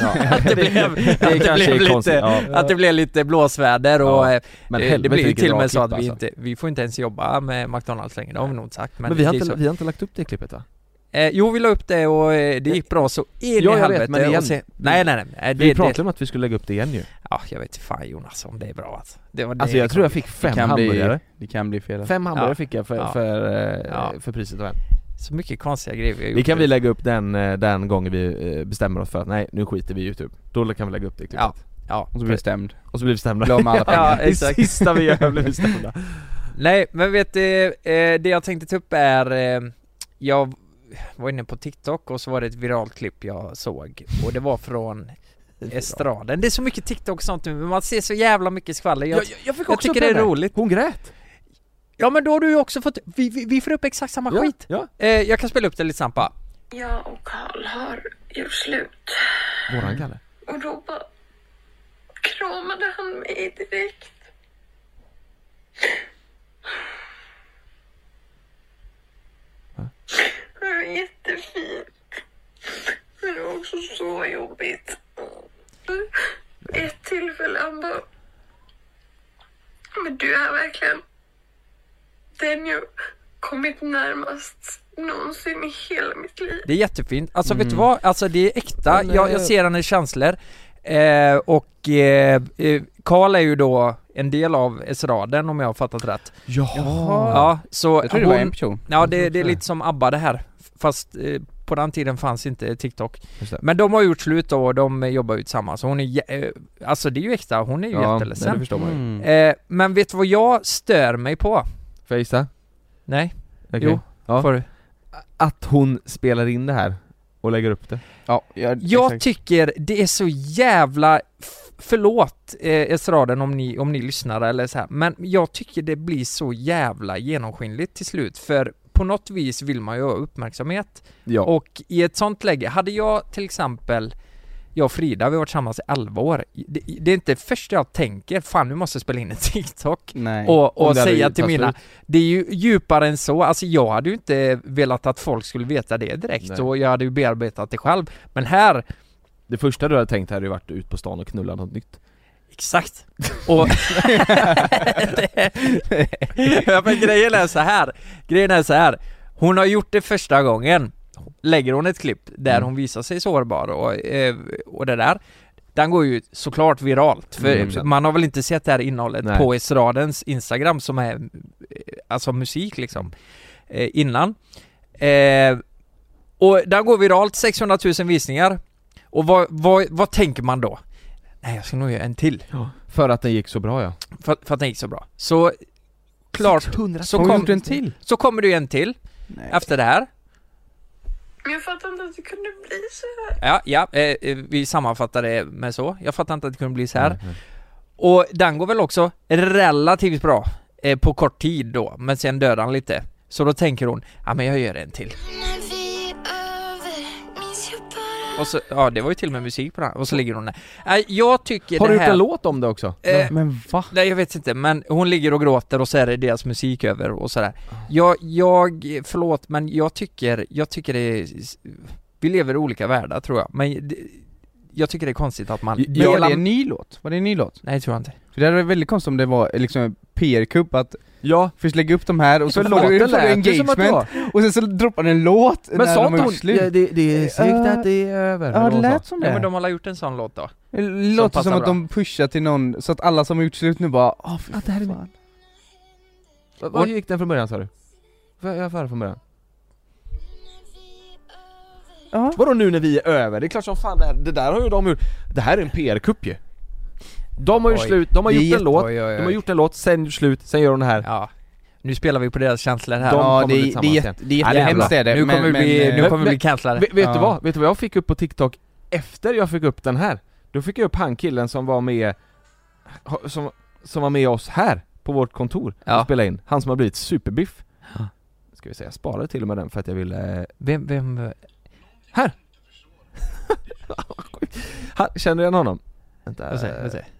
att det blev lite blåsväder och men det blir ju till och med så att vi får inte ens jobba med McDonalds längre. Det har vi nog sagt. Men vi har inte lagt upp det klippet, va? Jo, vi la upp det och det gick bra så in i helvete. Men igen, nej. Vi pratade om att vi skulle lägga upp det igen ju. Ja, jag vet inte fan Jonas om det är bra alltså. Alltså jag tror jag fick 5 hamburgare. Det kan bli fel. 5 hamburgare fick jag för priset av en. Så mycket konstiga grejer vi har gjort. Vi kan vi lägga upp den gången vi bestämmer oss för att nej, nu skiter vi i YouTube. Då kan vi lägga upp det klippet. Ja. Och så blir det stämd. Glöm alla pengar. Det sista vi gör blir bestämda. Nej, men vet du, det jag tänkte ta upp är jag var inne på TikTok och så var det ett viralt klipp jag såg. Och det var från estraden. Det är så mycket TikTok och sånt nu, men man ser så jävla mycket skvaller. Jag tycker det är roligt. Hon grät. Ja, men då har du ju också fått... Vi får upp exakt samma skit. Ja. Jag kan spela upp det lite snabbt. Jag och Karl har gjort slut. Våran Kalle. Och då bara kramade han mig direkt. Det var jättefint. Men det var också så jobbigt. Ett tillfälle han bara... Men du är verkligen den jag kommit närmast någonsin i hela mitt liv. Det är jättefint. Alltså vet du vad? Alltså det är äkta. Jag ser hennes känslor. Karl är ju då en del av estraden om jag har fattat rätt. Ja, så jag tror det var en person. Ja, det är lite som ABBA det här. Fast på den tiden fanns inte TikTok. Men de har gjort slut och de jobbar ju tillsammans. Så hon är alltså det är ju äkta. Hon är ju jätteledsen. Det förstår man ju. Men vet du vad jag stör mig på? Får jag gissa? Nej. Okay. Jo, får du. Att hon spelar in det här och lägger upp det. Ja, jag tycker det är så jävla förlåt estraden om ni lyssnar eller så här, men jag tycker det blir så jävla genomskinligt till slut, för på något vis vill man ju ha uppmärksamhet. Ja. Och i ett sånt läge, hade jag till exempel, jag och Frida, vi har varit tillsammans i 11 år. Det är inte först jag tänker, fan nu måste jag spela in en TikTok. Nej. Och säga till mina, det är ju djupare än så. Alltså jag hade ju inte velat att folk skulle veta det direkt. Nej. Och jag hade ju bearbetat det själv. Men här... Det första du hade tänkt hade ju varit ut på stan och knulla något nytt. Exakt. Och men grejen är så här. Hon har gjort det första gången. Lägger hon ett klipp där hon visar sig sårbar och det där. Den går ju såklart viralt. För man har väl inte sett det här innehållet på Estradens Instagram som är alltså musik liksom innan. Och den går viralt, 600 000 visningar. Och vad tänker man då? Nej, jag ska nog göra en till. Ja. För att den gick så bra, ja. För att den gick så bra. Så klart, så kommer det ju en till. Nej. Efter det här. Men jag fattar inte att det kunde bli så här. Ja, vi sammanfattar det med så. Jag fattar inte att det kunde bli så här. Och den går väl också relativt bra på kort tid då. Men sen dör han lite. Så då tänker hon, ja men jag gör en till. Och så, ja, det var ju till och med musik på den. Och så ligger hon där. Jag tycker har det du här... gjort en låt om det också? Men va? Nej, jag vet inte. Men hon ligger och gråter och så är det deras musik över och sådär. Förlåt, men jag tycker det är... Vi lever i olika världar, tror jag. Men jag tycker det är konstigt att man... Var det en ny låt? Nej, jag tror inte. För det hade varit väldigt konstigt om det var liksom en PR-kupp att först lägga upp de här och så får du engagement och sen så droppar en låt. Men sa inte hon, det är segt att det är över. Ja, det lät som det. Ja, men de har gjort en sån låt då. Det låter som att de pushar till någon så att alla som har gjort slut nu bara det här är fan. Vad gick den från början, sa du? Jag får från början. Vadå nu när vi är över? Det är klart som fan det där har ju de gjort. Det här är en PR-kupp ju. De har ju slut, de har gjort en låt. De har gjort en låt, sen gjort slut, sen gör de det här. Ja. Nu spelar vi på deras känslor här. Det är jättehemskt är det. Nu kommer vi bli cancellade. Vet du vad jag fick upp på TikTok efter jag fick upp den här? Då fick jag upp han killen som var med som var med oss här på vårt kontor och spela in. Han som har blivit superbiff. Ska vi säga, jag sparade till och med den för att jag ville... Vem? Här! Känner du honom? Vänta. Vad säger? Någonting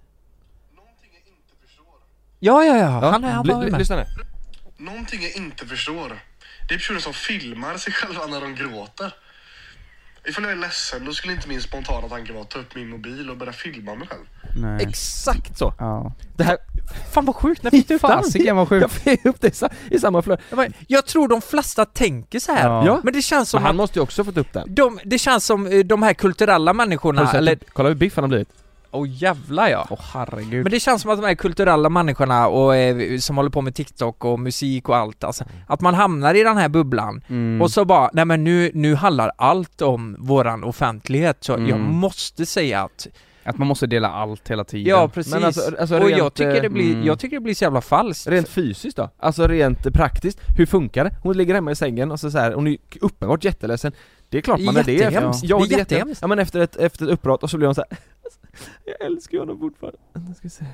jag inte förstår. Ja. Han var med. Lyssna nu. Någonting jag inte förstår. Det är personer som filmar sig själva när de gråter. Ifall jag är ledsen, då skulle inte min spontana tanke vara att ta upp min mobil och börja filma mig själv. Nej. Exakt så. Ja. Det här... Fan vad sjukt, när fick du upp den? Jag fick upp det i samma flöde. Jag tror de flesta tänker så här. Ja. Men det känns som han måste ju också fått upp den. Det känns som de här kulturella människorna kolla hur biff han har blivit. Jävlar ja. Herregud. Men det känns som att de här kulturella människorna och som håller på med TikTok och musik och allt alltså, att man hamnar i den här bubblan och så bara, nej men nu handlar allt om våran offentlighet så jag måste säga att man måste dela allt hela tiden. Ja, precis. Men alltså och rent, jag tycker det blir så jävla falskt. Rent fysiskt då? Alltså rent praktiskt, hur funkar det? Hon ligger hemma i sängen och så här, hon är uppenbart jätteledsen. Det är klart man är det. Ja, det är jättehemskt. Ja, men efter ett uppbrott och så blir hon så här. Jag älskar honom fortfarande. Jag ska se.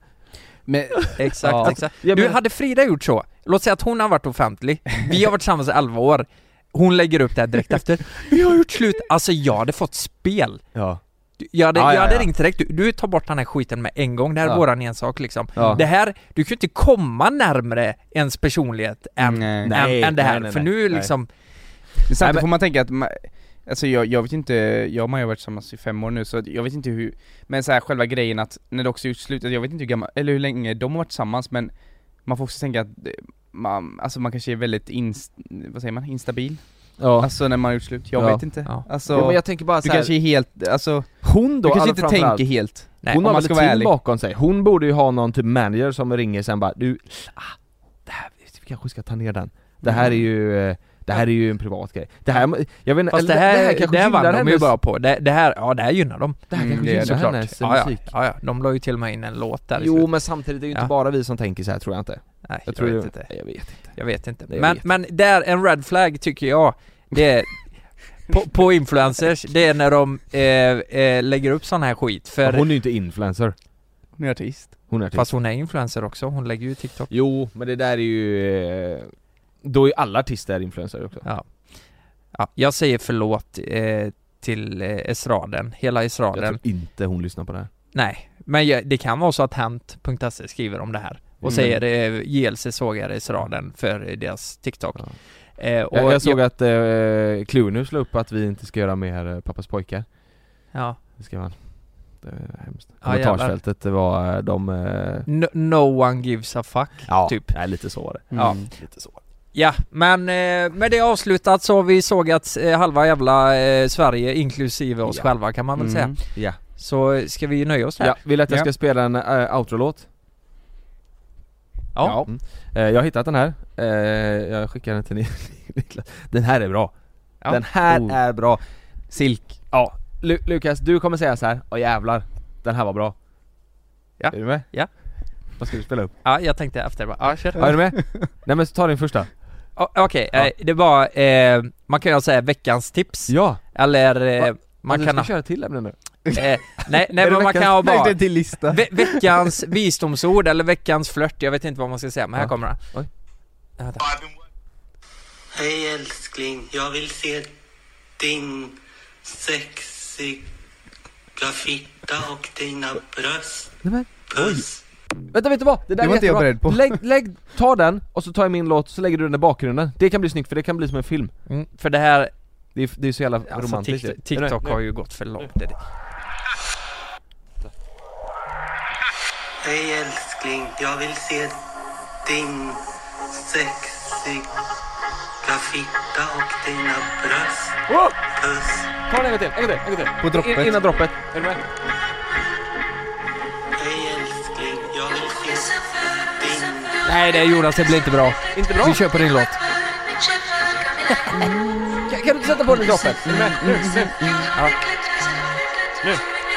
Men exakt. Du hade Frida gjort så. Låt säga att hon har varit offentlig. Vi har varit tillsammans i 11 år. Hon lägger upp det här direkt efter. Vi har gjort slut. Alltså jag hade fått spel. Ja. Jag hade ringt direkt. Du tar bort den här skiten med en gång. Det här är våran ensak liksom. Det här, du kan ju inte komma närmare ens personlighet än det här. Nej, för nu liksom... Samtidigt får man tänka att alltså jag vet inte, jag och Maja har varit tillsammans i 5 år nu så jag vet inte hur, men så här själva grejen att när det också gjort slut, jag vet inte hur gammal eller hur länge de har varit tillsammans, men man får också tänka att man kanske är väldigt instabil. Ja. Alltså när man har gjort slut, jag vet inte. Ja. Alltså, men jag tänker bara du kanske är helt, alltså hon då, du kanske inte tänker helt. Nej, hon har väl ett team bakom sig. Hon borde ju ha någon typ manager som ringer sen bara, det här, vi kanske ska ta ner den. Det här är ju det här är ju en privat grej. Det här, jag vet inte, fast det här vann de ju bara på. Det här gynnar dem. Det här kanske gynnar hennes musik. Ja, de la ju till och med in en låt där. Jo, men samtidigt är det ju inte bara vi som tänker så här, tror jag inte. Nej, jag vet inte. Men där en red flag tycker jag, det är på influencers, det är när de lägger upp sån här skit. För hon är ju inte influencer. Hon är artist. Fast hon är influencer också, hon lägger ju TikTok. Jo, men det där är ju Då är alla artister influencers också. Ja, jag säger förlåt till estraden, hela estraden. Jag tror inte hon lyssnar på det här. Nej, men det kan vara så att Hent.se skriver om det här och säger JLC sågar estraden för deras TikTok. Och jag såg att Clue slår upp att vi inte ska göra mer Pappas pojkar. Ja. Det ska man. Det är hemskt. Kommentarsfältet var de... No one gives a fuck, typ. Ja, lite så var det. Ja, lite så. Ja, men med det avslutat så har vi sågat halva jävla Sverige, inklusive oss själva kan man väl säga. Ja. Så ska vi nöja oss där. Ja, vill att jag ska spela en outro-låt? Ja. Jag har hittat den här. Jag skickar den till Niklas. Den här är bra. Ja. Den här är bra. Silk. Ja. Lukas, du kommer säga så här: åh jävlar, den här var bra. Ja. Är du med? Ja. Vad ska du spela upp? Ja, jag tänkte efter bara. Ja, kör. Är du med? Nej, men ta din första. Okej, det var man kan ju säga veckans tips. Ja. Eller man kan köra till ämnen nu. Nej men man kan ha bara det till lista. veckans visdomsord eller veckans flört. Jag vet inte vad man ska säga, men här kommer det. Oj. Hej älskling, jag vill se din sexiga fitta och dina bröst. Puss. Vänta, vet du vad? Det där var inte jag beredd på. Ta den och så tar jag min låt så lägger du den i bakgrunden. Det kan bli snyggt för det kan bli som en film. För det här det är så jävla romantiskt. TikTok har ju gått för långt. Hej älskling, jag vill se din sexiga fitta och dina bröst. Puss. Ta den en gång till. På droppet. Innan droppet. Är du med? Hej älskling, jag vill se din... Nej, det Jonas, det blir inte bra. Inte bra? Vi kör på din låt. Kan du inte sätta på den i droppet? Är du med? Nu. Ja. Nu.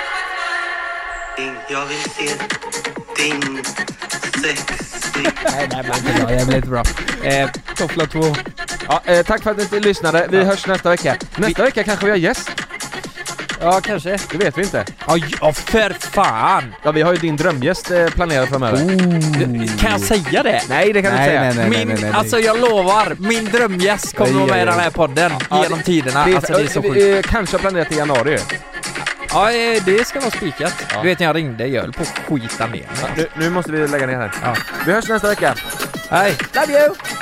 Jag vill se din sexiga... Nej, det blir inte bra. Toffla 2. Ja, tack för att ni inte lyssnade. Vi hörs nästa vecka. Nästa vecka kanske vi har gäst. Ja, kanske. Det vet vi inte. Ja, för fan! Ja, vi har ju din drömgäst planerad framöver. Kan jag säga det? Nej, det kan du inte säga. Nej. Alltså jag lovar, min drömgäst kommer vara med i den här podden genom tiderna. Det är så sjukt. Kanske planerat i januari. Ja, det ska vara spikat. Du vet när jag ringde, jag höll på att skita ner. Nu måste vi lägga ner här. Ja. Vi hörs nästa vecka. Hej. Love you!